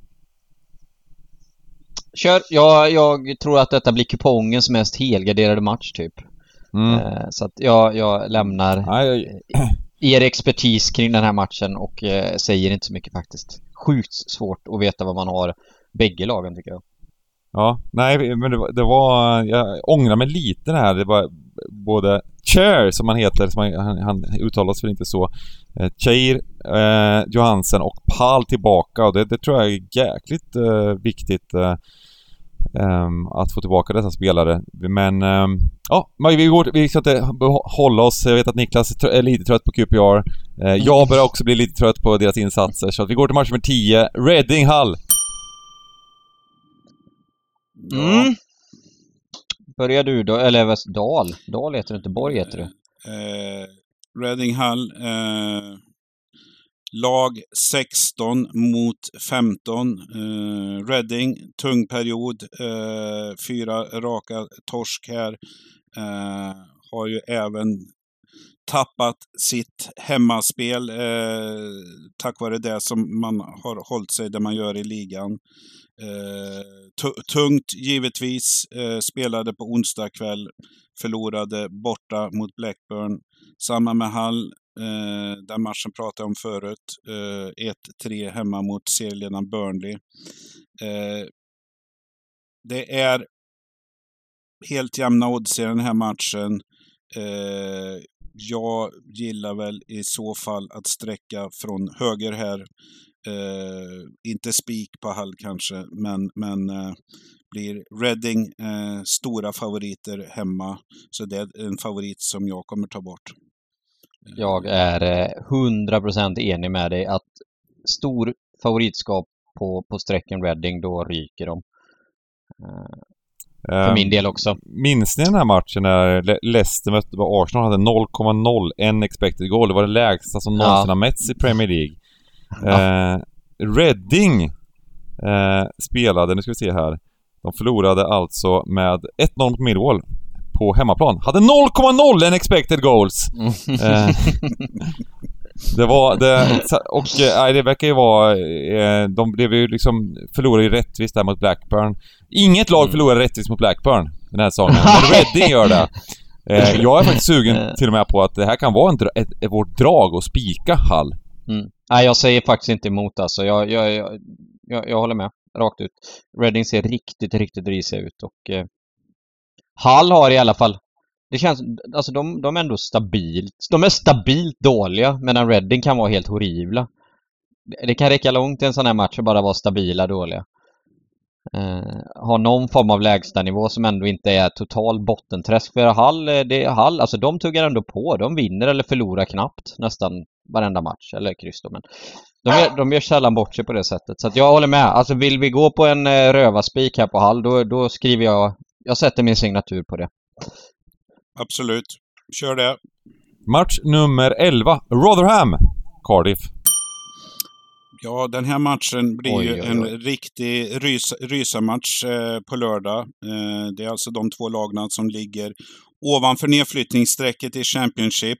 Kör, jag tror att detta blir kupongens mest helgarderade match typ. Så att jag lämnar er expertis kring den här matchen och säger inte så mycket faktiskt. Sjukt svårt att veta vad man har bägge lagen tycker jag. Ja, nej men det var jag ångrar mig lite det här. Det var både Chair som han heter, som han uttalas väl inte så. Chair, Johansen och Pal tillbaka, och det tror jag är jäkligt viktigt att få tillbaka dessa spelare. Men vi ska inte hålla oss. Jag vet att Niklas är lite trött på QPR. Jag börjar också bli lite trött på deras insatser, så att vi går till match nummer 10, Reading Hull. Börjar du då, eller Dal heter du inte, Borg heter du. Reading Hull, lag 16 mot 15. Reading, tung period, 4 raka torsk här. Har ju även tappat sitt hemmaspel tack vare det som man har hållit sig där man gör i ligan. Tungt givetvis, spelade på onsdag kväll, förlorade borta mot Blackburn. Samma med Hull, den matchen pratade jag om förut, 1-3 hemma mot serieledaren Burnley. Det är helt jämna odds i den här matchen. Jag gillar väl i så fall att sträcka från höger här. Inte spik på Hull kanske, men blir Reading stora favoriter hemma, så det är en favorit som jag kommer ta bort. Jag är 100% enig med dig att stor favoritskap på sträcken Reading, då ryker de. För min del också. Minns ni den här matchen när Leicester mötte Arsenal, hade 0,01 expected goal? Det var det lägsta som någonsin har mätts i Premier League. Reading spelade, nu ska vi se här. De förlorade alltså med 1-0 mot Millwall på hemmaplan. Hade 0,01 expected goals. Det verkar ju vara de blev ju liksom förlorade ju rättvist där mot Blackburn. Inget lag förlorar rättvist mot Blackburn den här säsongen, men Reading gör det. Jag är faktiskt sugen till och med på att det här kan vara vårt drag och spika Hull. Nej, jag säger faktiskt inte emot alltså. Jag håller med rakt ut. Reading ser riktigt risiga ut, och Hull har i alla fall, det känns, alltså de är ändå de är stabilt dåliga, medan Reading kan vara helt horribla. Det kan räcka långt i en sån här match och bara vara stabila dåliga. Ha någon form av lägsta nivå som ändå inte är total bottenträsk. För Hull, alltså de tuggar ändå på. De vinner eller förlorar knappt nästan varenda match, eller kryss då, men de gör sällan bort sig på det sättet. Så att jag håller med. Alltså vill vi gå på en rövarspik här på Hull, då skriver jag sätter min signatur på det. Absolut. Kör det. Match nummer 11, Rotherham Cardiff. Ja, den här matchen blir en riktig rysamatch på lördag. Det är alltså de 2 lagna som ligger ovanför nedflyttningsstrecket i Championship.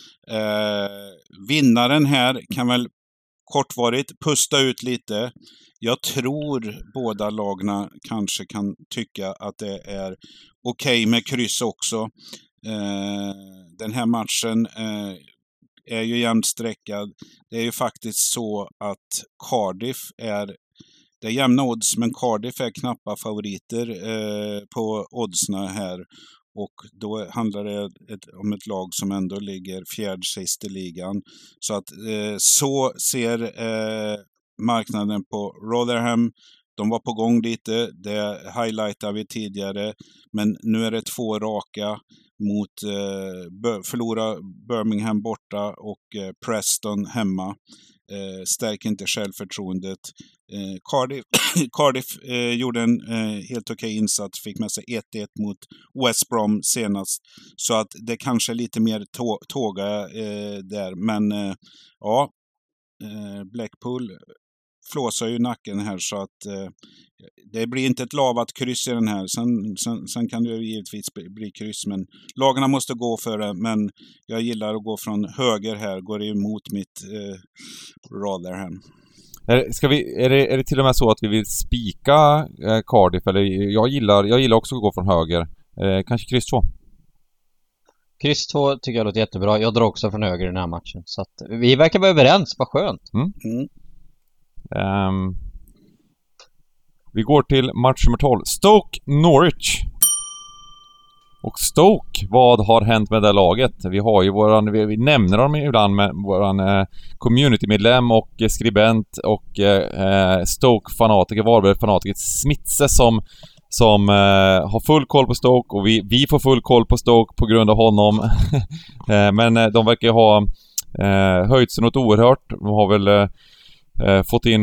Vinnaren här kan väl kortvarigt pusta ut lite. Jag tror båda lagna kanske kan tycka att det är okej med kryss också. Den här matchen är ju jämnt sträckad. Det är ju faktiskt så att Cardiff det är jämna odds, men Cardiff är knappa favoriter på oddsna här. Och då handlar det om ett lag som ändå ligger fjärde sist i ligan. Så att så ser marknaden på Rotherham. De var på gång lite, det highlightade vi tidigare. Men nu är det 2 raka mot förlora Birmingham borta och Preston hemma. Stärker inte självförtroendet. Cardiff gjorde en helt okej insats, fick med sig 1-1 mot West Brom senast. Så att det kanske är lite mer tåga där. Men ja, Blackpool flåsar ju nacken här, så att det blir inte ett lavat kryss i den här. Sen kan det ju givetvis bli kryss, men lagarna måste gå för det. Men jag gillar att gå från höger här, går emot mitt Rotherham. Är det till och med så att vi vill spika Cardiff? Eller jag gillar också att gå från höger. Kanske kryss 2. Kryss 2 tycker jag låter jättebra. Jag drar också från höger i den här matchen. Så att vi verkar vara överens, vad skönt. Vi går till match nummer 12. Stoke Norwich. Och Stoke, vad har hänt med det laget? Vi har ju vi nämner dem ibland med våran community-medlem och skribent och Stoke-fanatiker, Varberg-fanatiker Smitse som har full koll på Stoke, och vi får full koll på Stoke på grund av honom. Men de verkar ju ha höjt sig något oerhört. De har väl fått in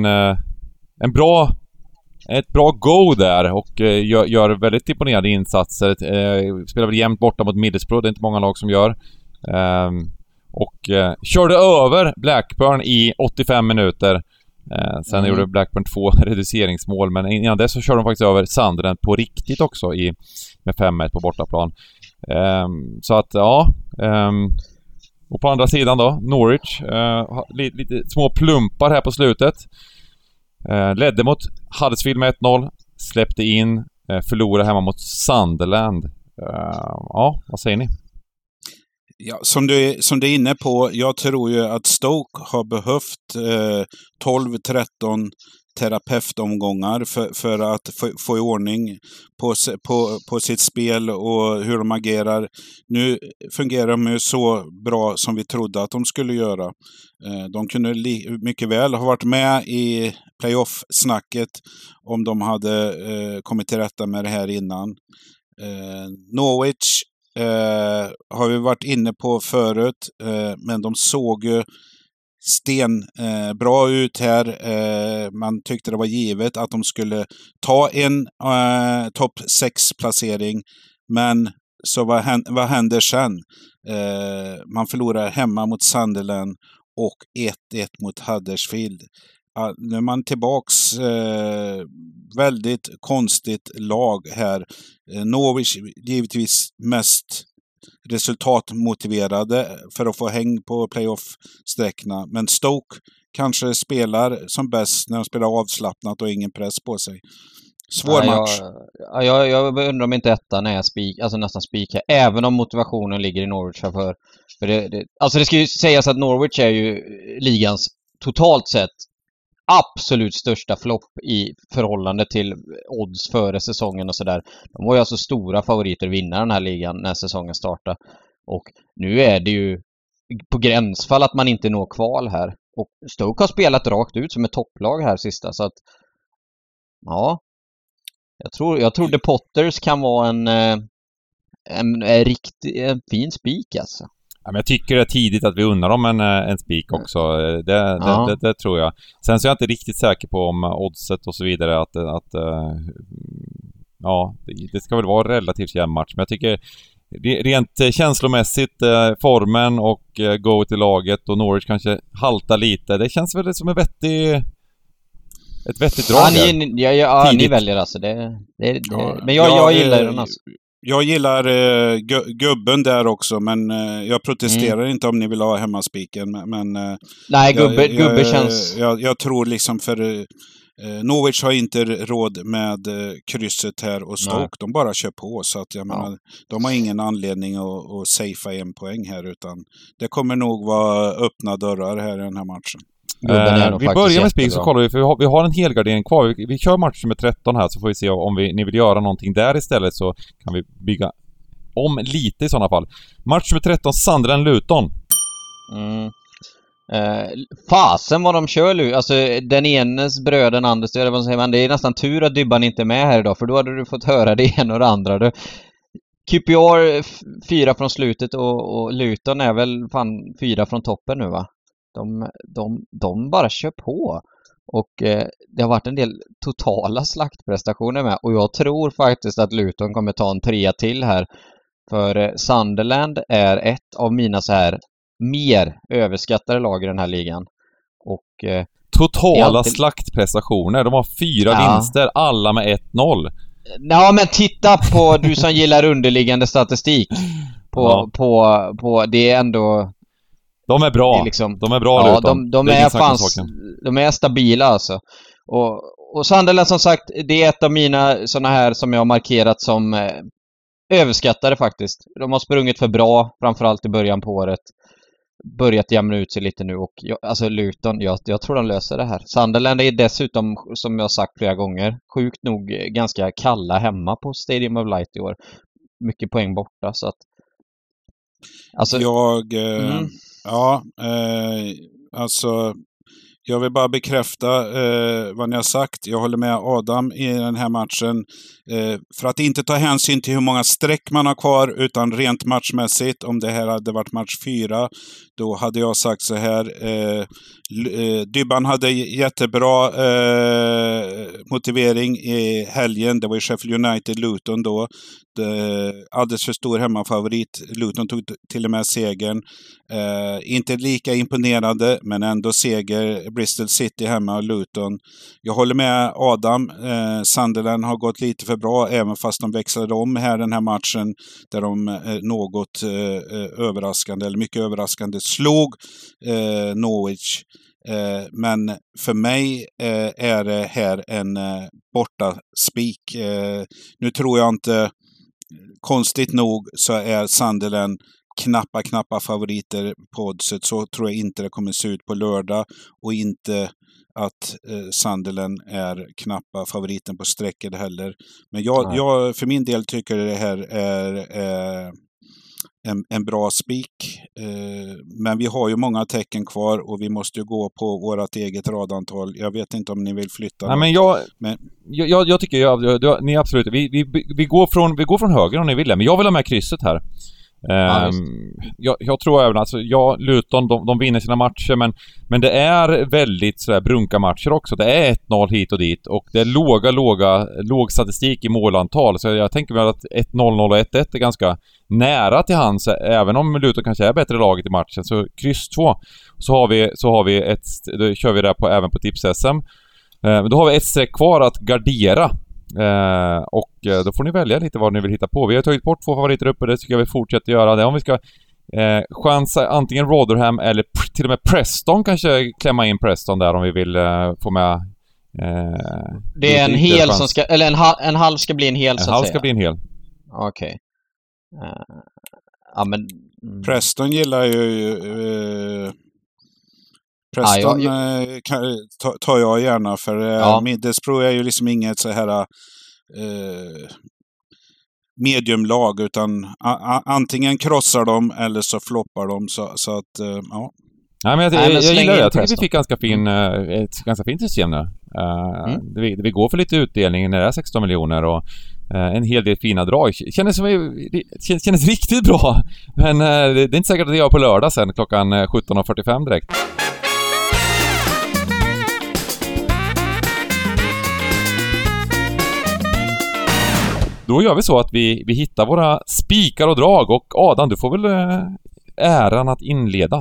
ett bra go där och gör väldigt imponerande insatser. Spelar väl jämnt borta mot Middlesbrough, det är inte många lag som gör. Och körde över Blackburn i 85 minuter. Sen gjorde Blackburn 2 reduceringsmål, men innan det så körde de faktiskt över Sunderland på riktigt också med 5-1 på bortaplan. Så att ja... Och på andra sidan då, Norwich, lite små plumpar här på slutet. Ledde mot Huddersfield med 1-0, släppte in, förlorade hemma mot Sunderland. Ja, vad säger ni? Ja, som du är inne på, jag tror ju att Stoke har behövt 12-13 terapeutomgångar för att få i ordning på sitt spel och hur de agerar. Nu fungerar de ju så bra som vi trodde att de skulle göra. De kunde mycket väl ha varit med i playoff-snacket om de hade kommit till rätta med det här innan. Norwich har vi varit inne på förut, men de såg ju bra ut här. Man tyckte det var givet att de skulle ta en topp 6-placering. Men så vad händer sen? Man förlorar hemma mot Sunderland och 1-1 mot Huddersfield. Nu är man tillbaks väldigt konstigt lag här. Norwich givetvis mest resultatmotiverade för att få häng på playoff-sträckna. Men Stoke kanske spelar som bäst när de spelar avslappnat och ingen press på sig. Svår match. Jag undrar om inte ettan är nästan spik, även om motivationen ligger i Norwich för alltså det ska ju sägas att Norwich är ju ligans totalt sett absolut största flopp i förhållande till odds före säsongen och sådär. De var ju alltså stora favoriter att vinna den här ligan när säsongen startade. Och nu är det ju på gränsfall att man inte når kval här. Och Stoke har spelat rakt ut som ett topplag här sista. Så att ja, jag tror The Potters kan vara en fin spik alltså. Ja, men jag tycker det är tidigt att vi unnar dem en spik också. Det tror jag. Sen så är jag inte riktigt säker på om oddset och så vidare att det ska väl vara relativt jämn match. Men jag tycker rent känslomässigt formen och go till laget och Norwich kanske haltar lite. Det känns väl som ett vettigt drag. Ni väljer alltså. Men jag gillar den alltså. Jag gillar gubben där också, men jag protesterar inte om ni vill ha hemmaspiken. Men, nej, gubbe känns... Jag tror liksom för Norwich har inte råd med krysset här och Stoke. Nej. De bara kör på, så att jag menar, de har ingen anledning att safea en poäng här, utan det kommer nog vara öppna dörrar här i den här matchen. Vi börjar med spik, så kollar vi, för vi har en helgardering kvar. Vi kör match med 13 här, så får vi se om ni vill göra någonting där istället, så kan vi bygga om lite i sådana fall. Match nummer 13, Sunderland-Luton. Fasen vad de kör nu. Alltså den enes bröd, den andres död, vad säger man. Det är nästan tur att Dybban inte är med här idag, för då hade du fått höra det ena och det andra. QPR 4 från slutet och Luton är väl fan 4 från toppen nu, va? De bara kör på. Och det har varit en del totala slaktprestationer med. Och jag tror faktiskt att Luton kommer ta en 3 till här. För Sunderland är ett av mina så här mer överskattade lag i den här ligan. Och totala slaktprestationer. De har 4 vinster, alla med 1-0. Ja, men titta på du som gillar underliggande statistik. På det är ändå... De är bra. Liksom, de är bra, ja, de är stabila alltså. Och Sunderland, som sagt, det är ett av mina såna här som jag har markerat som överskattade faktiskt. De har sprungit för bra, framförallt i början på året. Börjat jämna ut sig lite nu, och alltså Luton, jag tror de löser det här. Sunderland är dessutom, som jag sagt flera gånger, sjukt nog ganska kalla hemma på Stadium of Light i år. Mycket poäng borta, så att alltså, alltså jag vill bara bekräfta vad ni har sagt. Jag håller med Adam i den här matchen. För att inte ta hänsyn till hur många streck man har kvar, utan rent matchmässigt, om det här hade varit match 4, då hade jag sagt så här. Dybban hade jättebra motivering i helgen. Det var ju Sheffield United-Luton då. Alldeles för stor hemmafavorit. Luton tog till och med segern. Inte lika imponerande, men ändå seger. Bristol City hemma och Luton. Jag håller med Adam. Sunderland har gått lite för bra, även fast de växlade om här den här matchen, där de något överraskande, eller mycket överraskande, slog Norwich. Men för mig är det här en borta spik. Nu tror jag inte, konstigt nog så är Sunderland knappa favoriter på oddset. Så tror jag inte det kommer se ut på lördag, och inte att Sunderland är knappa favoriten på strecket heller. Men jag för min del tycker det här är en bra spik. Men vi har ju många tecken kvar, och vi måste ju gå på vårt eget radantal. Jag vet inte om ni vill flytta. Nej, men jag tycker ni absolut, vi går från höger om ni vill det, men jag vill ha med krysset här. Jag tror även alltså, Luton de vinner sina matcher, men det är väldigt sådär brunka matcher också. Det är 1-0 hit och dit, och det är låg statistik i målantal, så jag tänker väl att 1-0 och 1-1 är ganska nära till hands, även om Luton kanske är bättre laget i matchen. Så kryss 2, så har vi då kör vi det även på tips-SM. Då har vi ett streck kvar att gardera. Och då får ni välja lite vad ni vill hitta på. Vi har tagit bort 2 favoriter uppe, det tycker jag vi fortsätter göra det. Om vi ska chansa antingen Rotherham eller till och med Preston, kanske klämma in Preston där om vi vill få med det är en hel som ska, eller en halv ska bli en hel, så att säga. En halv ska bli en hel. Okej. Ja, men Preston gillar ju Preston tar jag gärna, för Middlesbrough är ju liksom inget så här mediumlag, utan antingen krossar de eller så floppar de, så att ja. Nej, men jag gillar det. Jag tycker vi fick ett ganska fint system nu. Vi går för lite utdelning när det är 16 miljoner och en hel del fina drag. Kändes riktigt bra. Men det är inte säkert att det gör på lördag sen klockan 17.45 direkt. Då gör vi så att vi hittar våra spikar och drag, och Adam, du får väl äran att inleda.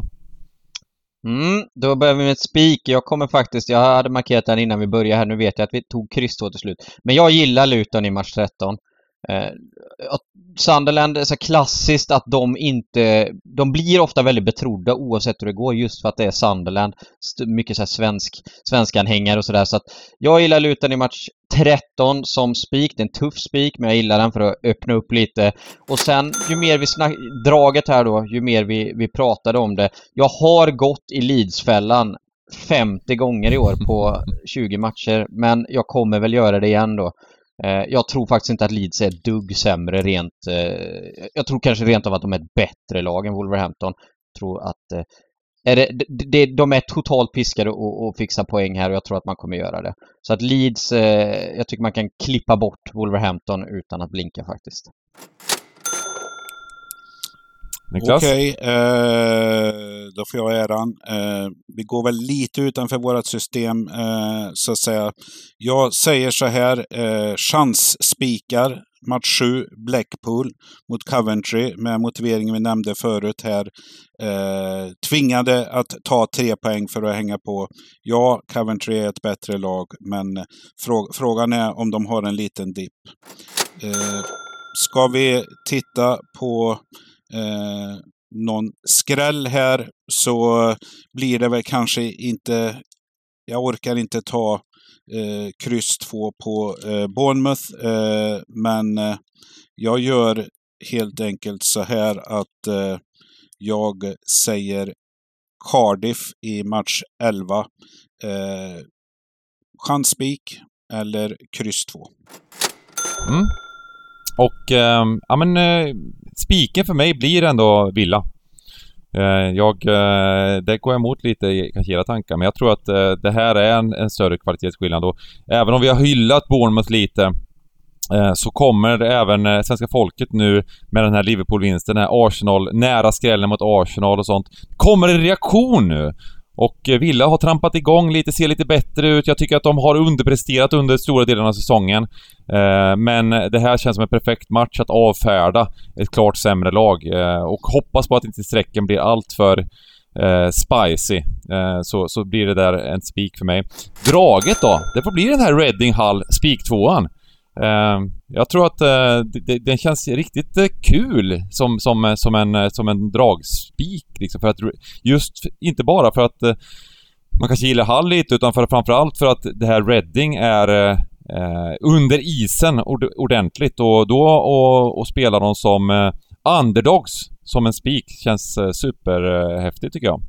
Då börjar vi med ett spik. Jag hade markerat den innan vi började här. Nu vet jag att vi tog kryss till slut. Men jag gillar Luton i match 13. Sunderland är så klassiskt att de blir ofta väldigt betrodda oavsett hur det går, just för att det är Sunderland. Mycket så här svenskanhängare och sådär. Så att jag gillar Luton i match 13 som spik. Det är en tuff spik, men jag gillar den för att öppna upp lite. Och sen ju mer vi draget här då, ju mer vi pratade om det. Jag har gått i Leeds-fällan 50 gånger i år på 20 matcher, men jag kommer väl göra det igen då. Jag tror faktiskt inte att Leeds är dugg sämre rent... jag tror kanske rent av att de är ett bättre lag än Wolverhampton. Jag tror att... de är totalt piskade och fixa poäng här och jag tror att man kommer göra det. Så att Leeds, jag tycker man kan klippa bort Wolverhampton utan att blinka faktiskt. Okej, då får jag äran. Vi går väl lite utanför vårt system så att säga. Jag säger så här, chansspikar match 7 Blackpool mot Coventry med motiveringen vi nämnde förut här. Tvingade att ta 3 poäng för att hänga på. Ja, Coventry är ett bättre lag, men frågan är om de har en liten dipp. Ska vi titta på någon skräll här så blir det väl kanske inte, jag orkar inte ta kryss 2 på Bournemouth, men jag gör helt enkelt så här att jag säger Cardiff i match 11, chansspik eller kryss 2. Och spiken för mig blir ändå Villa. Det går emot lite kanske era tankar, men jag tror att det här är en större kvalitetsskillnad. Och även om vi har hyllat Bournemouth lite så kommer även svenska folket nu med den här Liverpool-vinsten, den här Arsenal, nära skrällen mot Arsenal och sånt. Kommer en reaktion nu? Och Villa har trampat igång lite, ser lite bättre ut. Jag tycker att de har underpresterat under stora delar av säsongen. Men det här känns som en perfekt match att avfärda ett klart sämre lag. Och hoppas på att inte sträcken blir allt för spicy. Så blir det där en spik för mig. Draget då? Det får bli den här Reading Hull spik 2an. Jag tror att den känns riktigt kul som en dragspik liksom, för att just inte bara för att man kanske gillar Hull lite, utan framförallt för att det här Reading är under isen ordentligt, och då och spela dem som underdogs som en spik känns superhäftigt tycker jag.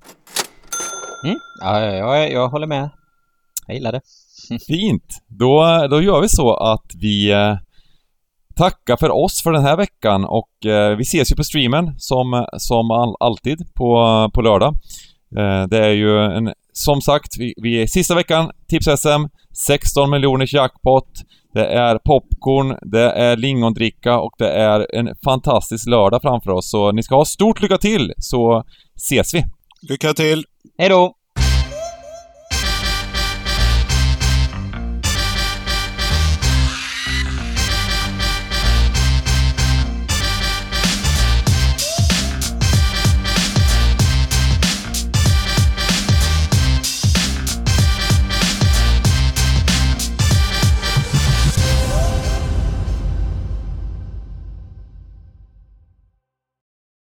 Ja, jag håller med. Jag gillar det. Fint. Då gör vi så att vi tackar för oss för den här veckan, och vi ses ju på streamen som alltid på lördag. Det är ju som sagt, vi är sista veckan Tips-SM, 16 miljoners jackpot, det är popcorn, det är lingondricka och det är en fantastisk lördag framför oss. Så ni ska ha stort lycka till, så ses vi. Lycka till! Hej då!